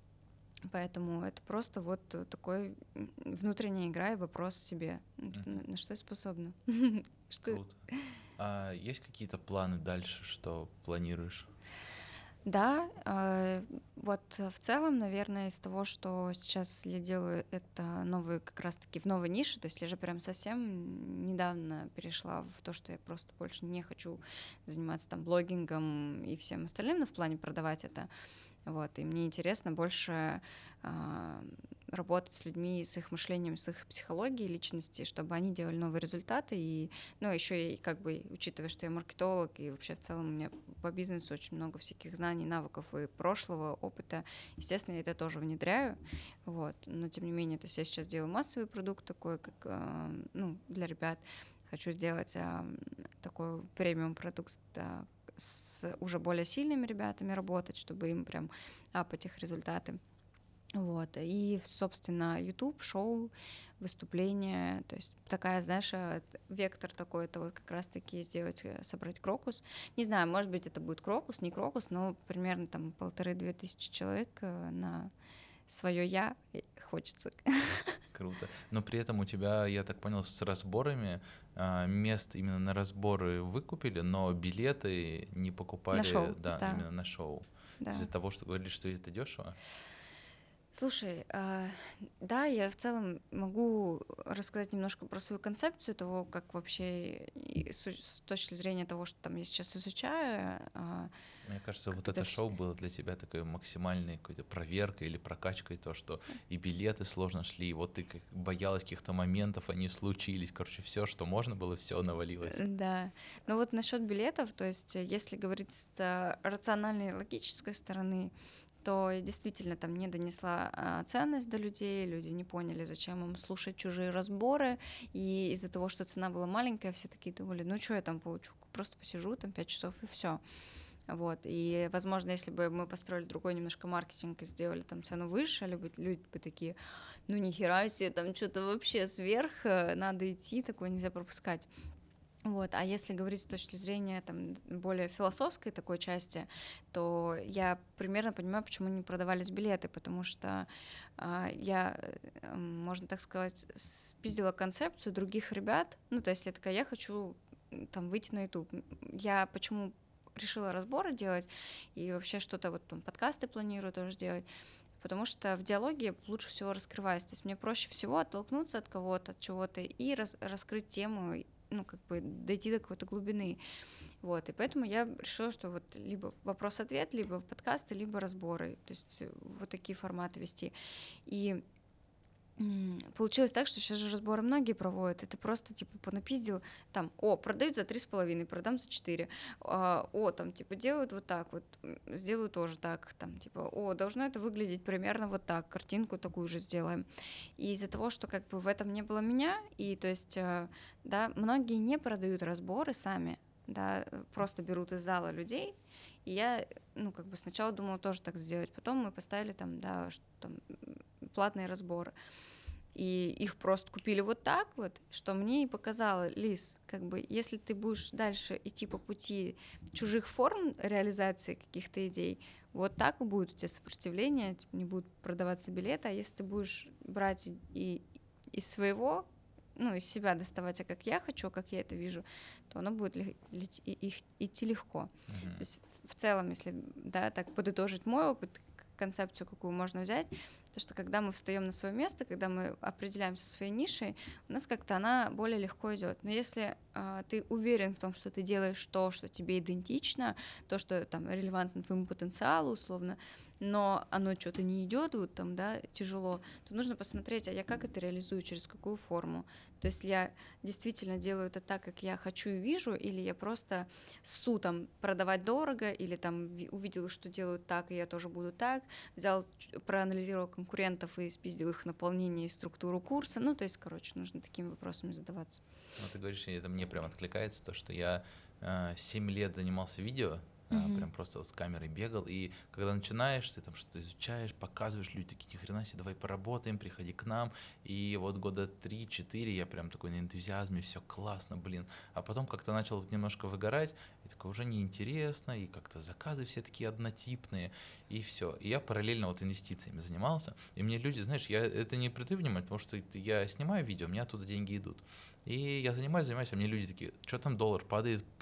Speaker 1: Поэтому это просто вот такой внутренняя игра и вопрос себе, mm-hmm. на, на что я способна.
Speaker 2: Круто. А есть какие-то планы дальше, что планируешь?
Speaker 1: Да, э, вот э, в целом, наверное, из того, что сейчас я делаю, это новые, как раз-таки в новой нише, то есть я же прям совсем недавно перешла в то, что я просто больше не хочу заниматься там блогингом и всем остальным, но в плане продавать это. Вот, и мне интересно больше а, работать с людьми, с их мышлением, с их психологией личности, чтобы они делали новые результаты. И, ну, еще и как бы, учитывая, что я маркетолог, и вообще в целом у меня по бизнесу очень много всяких знаний, навыков и прошлого опыта, естественно, я это тоже внедряю. Вот. Но тем не менее, то есть я сейчас делаю массовый продукт такой, как, а, ну, для ребят. Хочу сделать а, такой премиум продукт, да, с уже более сильными ребятами работать, чтобы им прям апать их результаты. Вот. И, собственно, YouTube, шоу, выступления, то есть такая, знаешь, э, вектор такой, это вот как раз-таки сделать, э, собрать крокус. Не знаю, может быть, это будет крокус, не крокус, но примерно там полторы-две тысячи человек э, на свое я хочется.
Speaker 2: Круто. Но при этом у тебя, я так понял, с разборами а, мест именно на разборы выкупили, но билеты не
Speaker 1: На
Speaker 2: покупали,
Speaker 1: шоу,
Speaker 2: да,
Speaker 1: да,
Speaker 2: именно на шоу.
Speaker 1: да.
Speaker 2: Из-за того, что говорили, что это дешево.
Speaker 1: Слушай, а, да, я в целом могу рассказать немножко про свою концепцию того, как вообще и с с точки зрения того, что там я сейчас изучаю, а,
Speaker 2: Мне кажется,
Speaker 1: как
Speaker 2: вот
Speaker 1: это
Speaker 2: это
Speaker 1: вс-
Speaker 2: шоу было для тебя такой максимальной какой-то проверкой или прокачкой, то, что и билеты сложно шли, и вот ты как боялась каких-то моментов, они случились. Короче, все, что можно было, все навалилось.
Speaker 1: Да. Но вот насчет билетов, то есть э, если говорить с э, рациональной, логической стороны, то я действительно там не донесла а, ценность до людей, люди не поняли, зачем им слушать чужие разборы, и из-за того, что цена была маленькая, все такие думали, ну что я там получу, просто посижу там пять часов и все. Вот. И, возможно, если бы мы построили другой немножко маркетинг и сделали там цену выше, люди, люди бы такие, ну нихера себе, там что-то вообще сверх, э, надо идти, такое нельзя пропускать. Вот. А если говорить с точки зрения там, более философской такой части, то я примерно понимаю, почему не продавались билеты, потому что а, я, э, можно так сказать, спиздила концепцию других ребят. Ну, то есть я такая, я хочу м, там выйти на YouTube. Я почему решила разборы делать и вообще что-то вот там подкасты планирую тоже делать, потому что в диалоге лучше всего раскрываюсь. То есть мне проще всего оттолкнуться от кого-то, от чего-то и рас- раскрыть тему, ну, как бы дойти до какой-то глубины. Вот, и поэтому я решила, что вот либо вопрос-ответ, либо подкасты, либо разборы. То есть вот такие форматы вести. И м, получилось так, что сейчас же разборы многие проводят, и ты просто, типа, понапиздил, там, о, продают за три с половиной, продам за четыре, а, о, там, типа, делают вот так вот, м, сделаю тоже так, там, типа, о, должно это выглядеть примерно вот так, картинку такую же сделаем. И из-за того, что, как бы, в этом не было меня, и, то есть, э, да, многие не продают разборы сами, да, э, просто берут из зала людей, и я, ну, как бы сначала думала тоже так сделать, потом мы поставили там, да, что там, м, платные разборы, и их просто купили вот так вот, что мне и показало, Лиз, как бы, если ты будешь дальше идти по пути чужих форм реализации каких-то идей, вот так и будет у тебя сопротивление, типа, не будут продаваться билеты, а если ты будешь брать и, и из своего, ну, из себя доставать, а как я хочу, а как я это вижу, то оно будет ли, ли, и, их, идти легко.
Speaker 2: Мгм.
Speaker 1: То есть в целом, если, да, так подытожить мой опыт, концепцию, какую можно взять, то что когда мы встаем на свое место, когда мы определяемся своей нишей, у нас как-то она более легко идет. Но если э, ты уверен в том, что ты делаешь то, что тебе идентично, то, что там релевантно твоему потенциалу, условно, но оно что-то не идет, вот там, да, тяжело, то нужно посмотреть, а я как это реализую, через какую форму. То есть я действительно делаю это так, как я хочу и вижу, или я просто ссу там продавать дорого, или там увидела, что делают так, и я тоже буду так, взял, проанализировал конкурентов и спиздил их наполнение и структуру курса. Ну, то есть, короче, нужно такими вопросами задаваться.
Speaker 2: Ну, ты говоришь, и это мне прям откликается, то, что я э, семь лет занимался видео, э,
Speaker 1: Мгм.
Speaker 2: прям просто вот с камерой бегал, и когда начинаешь, ты там что-то изучаешь, показываешь, люди такие, ни хрена себе, давай поработаем, приходи к нам, и вот года три-четыре я прям такой на энтузиазме, все классно, блин, а потом как-то начал немножко выгорать, и такое уже неинтересно, и как-то заказы все такие однотипные, и все. И я параллельно вот инвестициями занимался, и мне люди, знаешь, я это не придаю внимания, потому что я снимаю видео, у меня оттуда деньги идут. И я занимаюсь, занимаюсь, а мне люди такие, что там доллар падает,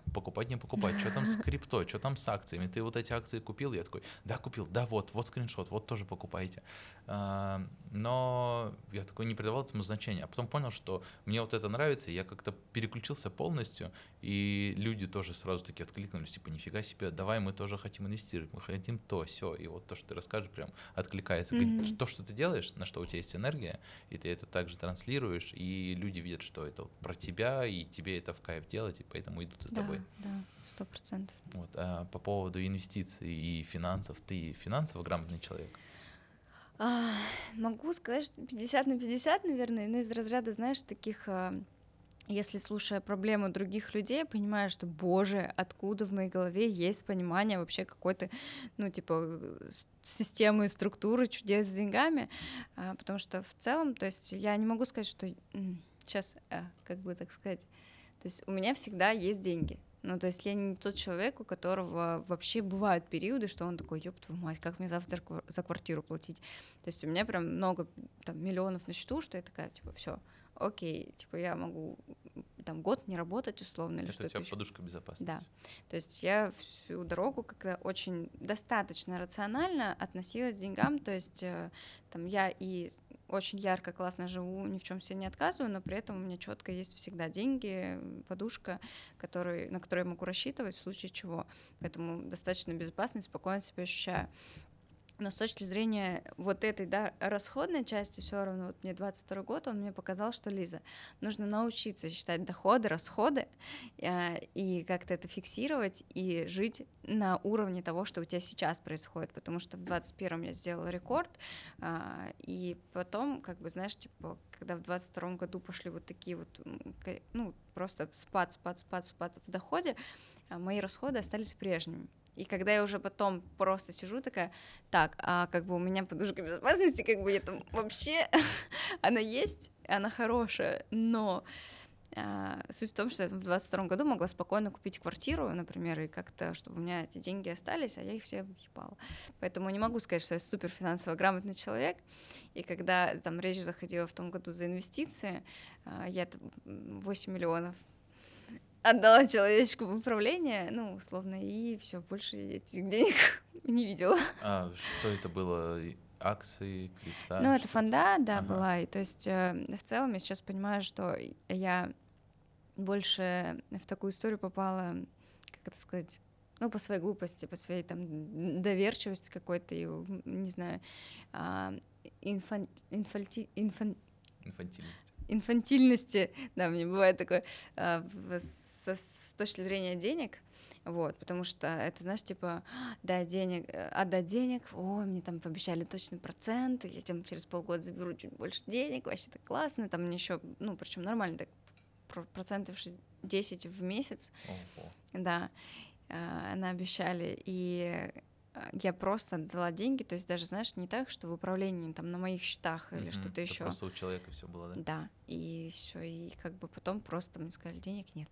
Speaker 2: покупать, не покупать, что там с крипто, что там с акциями, ты вот эти акции купил? Я такой, да, купил, да, вот, вот скриншот, вот тоже покупайте. А, но я такой не придавал этому значения, а потом понял, что мне вот это нравится, и я как-то переключился полностью, и люди тоже сразу таки откликнулись, типа, нифига себе, давай, мы тоже хотим инвестировать, мы хотим то, все, и вот то, что ты расскажешь, прям откликается.
Speaker 1: Мгм.
Speaker 2: То, что ты делаешь, на что у тебя есть энергия, и ты это также транслируешь, и люди видят, что это вот про тебя, и тебе это в кайф делать, и поэтому идут за
Speaker 1: Да,
Speaker 2: тобой.
Speaker 1: да, сто процентов.
Speaker 2: Вот. А по поводу инвестиций и финансов, ты финансово грамотный человек?
Speaker 1: А, могу сказать, что пятьдесят на пятьдесят, наверное, но из разряда, знаешь, таких, а, если слушая проблемы других людей, понимаю, что, боже, откуда в моей голове есть понимание вообще какой-то, ну, типа, э, с- системы, структуры, чудес с деньгами, А, потому что в целом, то есть я не могу сказать, что сейчас, как бы так сказать, то есть у меня всегда есть деньги. Ну, то есть я не тот человек, у которого вообще бывают периоды, что он такой, ёб твою мать, как мне завтра ква- за квартиру платить? То есть у меня прям много там миллионов на счету, что я такая, типа, все, окей, типа я могу там год не работать условно или
Speaker 2: Это у
Speaker 1: что-то
Speaker 2: тебя
Speaker 1: еще.
Speaker 2: подушка
Speaker 1: Да,
Speaker 2: безопасности.
Speaker 1: то есть я всю дорогу как-то очень достаточно рационально относилась к деньгам, то есть э, там я и очень ярко, классно живу, ни в чем себе не отказываю, но при этом у меня четко есть всегда деньги, подушка, который, на которую я могу рассчитывать в случае чего, поэтому достаточно безопасно и спокойно себя ощущаю. Но с точки зрения вот этой, да, расходной части, все равно, вот мне двадцать второй год, он мне показал, что, Лиза, нужно научиться считать доходы, расходы, э, и как-то это фиксировать, и жить на уровне того, что у тебя сейчас происходит, потому что в двадцать первом я сделала рекорд, а, и потом, как бы, знаешь, типа, когда в двадцать втором году пошли вот такие вот, м, ка- ну, просто спад, спад, спад, спад в доходе, а мои расходы остались прежними. И когда я уже потом просто сижу такая, так, а как бы у меня подушка безопасности, как бы я там вообще, она есть, она хорошая, но а, суть в том, что я в двадцать втором году могла спокойно купить квартиру, например, и как-то, чтобы у меня эти деньги остались, а я их все въебала. Поэтому не могу сказать, что я супер финансово грамотный человек. И когда там речь заходила в том году за инвестиции, а, я там восемь миллионов отдала человечку в управление, ну, условно, и все, больше я этих денег не видела.
Speaker 2: А что это было? И Акции, крипта?
Speaker 1: Ну, это
Speaker 2: Что это?
Speaker 1: фонда, да,
Speaker 2: Ага.
Speaker 1: была, и то есть э, в целом я сейчас понимаю, что я больше в такую историю попала, как это сказать, ну, по своей глупости, по своей там доверчивости какой-то, и, м, не знаю, а, инфан- инфальти- инфан-
Speaker 2: Инфантильность.
Speaker 1: инфантильности, да, мне бывает такое, а, в- со- с точки зрения денег, вот, потому что это, знаешь, типа, дай денег, э, отдать денег, ой, мне там пообещали точный процент, я там через полгода заберу чуть больше денег, вообще так классно, там мне еще, ну, причем нормально, так, про- процентов шесть- десять в месяц,
Speaker 2: Ого.
Speaker 1: да, а, она обещали, и а, я просто дала деньги, то есть даже, знаешь, не так, что в управлении там на моих счетах или
Speaker 2: Мгм.
Speaker 1: что-то
Speaker 2: Это
Speaker 1: еще.
Speaker 2: просто у человека все было, да?
Speaker 1: Да, и все, и как бы потом просто мне сказали, денег нет.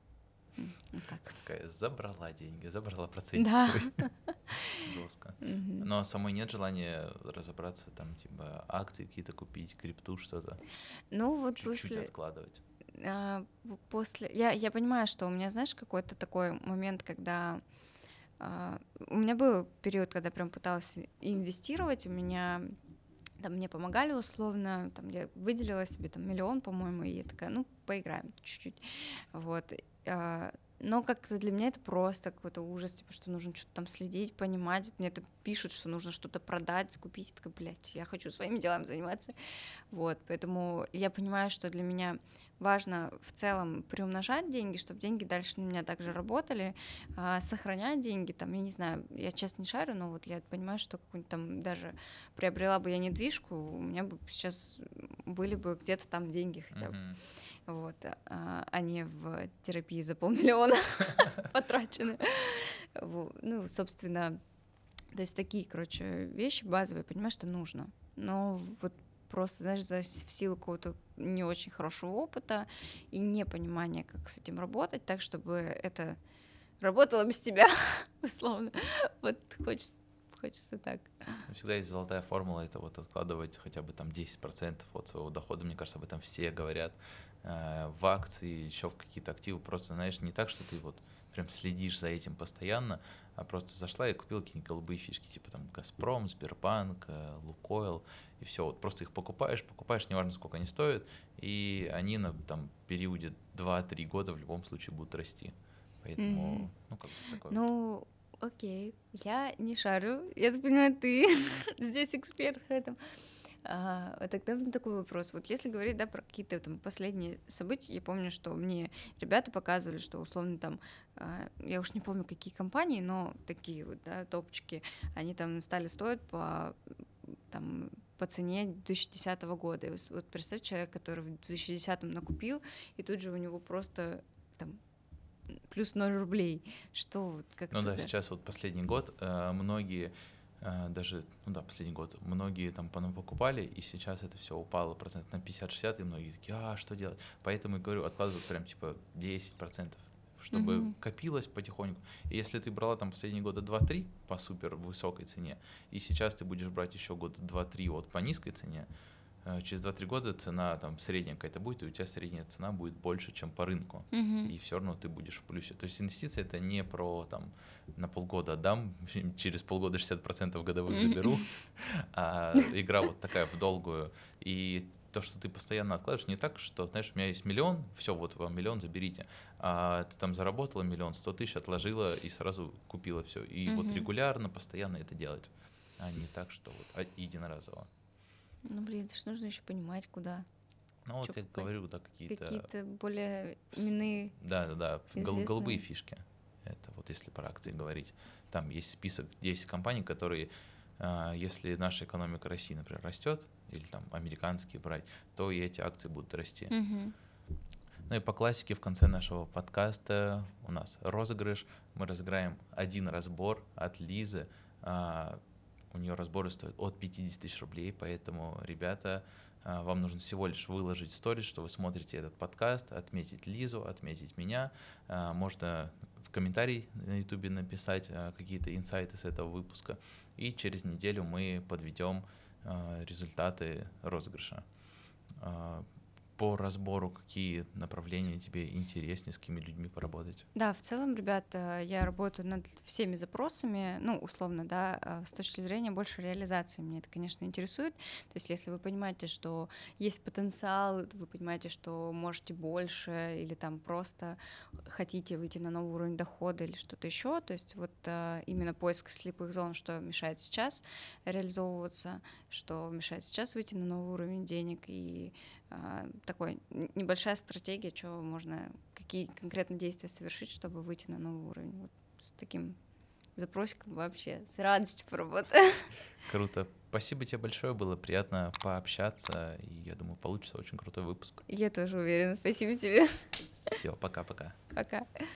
Speaker 1: М, Вот так.
Speaker 2: Такая забрала деньги, забрала процентик
Speaker 1: Да.
Speaker 2: свой. Жестко.
Speaker 1: Мгм.
Speaker 2: Но самой нет желания разобраться, там, типа, акции какие-то купить, крипту, что-то,
Speaker 1: Ну вот
Speaker 2: чуть-чуть
Speaker 1: после,
Speaker 2: откладывать.
Speaker 1: а, в- после, я, я понимаю, что у меня, знаешь, какой-то такой момент, когда а, у меня был период, когда я прям пыталась и- инвестировать, у меня там мне помогали условно, там я выделила себе там миллион, по-моему, и я такая, ну, поиграем чуть-чуть, вот. А, Но как-то для меня это просто какой-то ужас, типа, что нужно что-то там следить, понимать. Мне это пишут, что нужно что-то продать, купить. Я такая, блядь, я хочу своими делами заниматься. Вот, поэтому я понимаю, что для меня важно в целом приумножать деньги, чтобы деньги дальше на меня также работали, а, сохранять деньги, там, я не знаю, я честно не шарю, но вот я понимаю, что какую-нибудь там даже приобрела бы я недвижку, у меня бы сейчас были бы где-то там деньги хотя бы,
Speaker 2: Мгм.
Speaker 1: вот, а, а не в терапии за полмиллиона потрачены. Во- Ну, собственно, то есть такие, короче, вещи базовые, понимаешь, что нужно. Но вот просто, знаешь, за, в силу какого-то не очень хорошего опыта и непонимания, как с этим работать, так, чтобы это работало без тебя, условно. Вот хочется, хочется так.
Speaker 2: Всегда есть золотая формула, это вот откладывать хотя бы там десять процентов от своего дохода, мне кажется, об этом все говорят, э, в акции, еще в какие-то активы, просто, знаешь, не так, что ты вот прям следишь за этим постоянно, а просто зашла и купила какие-нибудь голубые фишки, типа там Газпром, Сбербанк, э, Лукойл, и все, вот просто их покупаешь, покупаешь, неважно, сколько они стоят, и они на там периоде два-три года в любом случае будут расти. Поэтому,
Speaker 1: Мгм.
Speaker 2: ну, как бы такой вот.
Speaker 1: Ну, окей, я не шарю, я так понимаю, ты здесь эксперт в этом. А, а тогда у меня такой вопрос. Вот если говорить, да, про какие-то там последние события, я помню, что мне ребята показывали, что условно там, а, я уж не помню, какие компании, но такие вот, да, топчики, они там стали стоить по там по цене две тысячи десятого года. И вот вот представь, человек, который в две тысячи десятом накупил, и тут же у него просто там плюс ноль рублей. Что вот как
Speaker 2: Ну
Speaker 1: то
Speaker 2: да,
Speaker 1: да?
Speaker 2: сейчас вот последний год э, многие, э, даже, ну да, последний год, многие там покупали, и сейчас это все упало процентов на пятьдесят-шестьдесят, и многие такие, а что делать? Поэтому и говорю, откладывают прям типа десять процентов, чтобы
Speaker 1: Мгм.
Speaker 2: копилось потихоньку. И если ты брала там последние года два-три по супер высокой цене, и сейчас ты будешь брать еще года два-три вот по низкой цене, э, через два-три года цена там средняя какая-то будет, и у тебя средняя цена будет больше, чем по рынку.
Speaker 1: Мгм.
Speaker 2: И все равно ты будешь в плюсе. То есть инвестиции это не про там на полгода отдам, через полгода шестьдесят процентов годовых заберу, а игра вот такая в долгую. И то, что ты постоянно откладываешь, не так, что, знаешь, у меня есть миллион, все, вот вам миллион, заберите. А ты там заработала миллион, сто тысяч отложила и сразу купила все. И вот
Speaker 1: Мгм.
Speaker 2: регулярно, постоянно это делать, а не так, что вот а- единоразово.
Speaker 1: Ну, блин, это ж нужно еще понимать, куда.
Speaker 2: Ну вот
Speaker 1: Чё
Speaker 2: я
Speaker 1: покупать?
Speaker 2: говорю, да, какие-то
Speaker 1: Какие-то более
Speaker 2: С-
Speaker 1: именные,
Speaker 2: Да, да, да, гол- голубые
Speaker 1: известные.
Speaker 2: фишки. Это вот если про акции говорить. Там есть список десять компаний, которые, а, если наша экономика России, например, растет, или там американские брать, то и эти акции будут расти.
Speaker 1: Мгм.
Speaker 2: Ну и по классике в конце нашего подкаста у нас розыгрыш. Мы разыграем один разбор от Лизы. А, У нее разборы стоят от пятьдесят тысяч рублей, поэтому, ребята, а, вам нужно всего лишь выложить сторис, что вы смотрите этот подкаст, отметить Лизу, отметить меня. А, Можно в комментарий на ютубе написать а, какие-то инсайты с этого выпуска. И через неделю мы подведем а, результаты розыгрыша. А, По разбору, какие направления тебе интереснее, с какими людьми поработать?
Speaker 1: Да, в целом, ребята, я работаю над всеми запросами, ну, условно, да, а, с точки зрения больше реализации. Меня это, конечно, интересует. То есть, если вы понимаете, что есть потенциал, вы понимаете, что можете больше, или там просто хотите выйти на новый уровень дохода или что-то еще, то есть вот а, именно поиск слепых зон, что мешает сейчас реализовываться, что мешает сейчас выйти на новый уровень денег, и а, такой н- небольшая стратегия, что можно, какие конкретно действия совершить, чтобы выйти на новый уровень. Вот с таким запросиком вообще с радостью поработаю.
Speaker 2: Круто. Спасибо тебе большое, было приятно пообщаться, и я думаю, получится очень крутой выпуск.
Speaker 1: Я тоже уверена. Спасибо тебе.
Speaker 2: Все, пока-пока.
Speaker 1: Пока.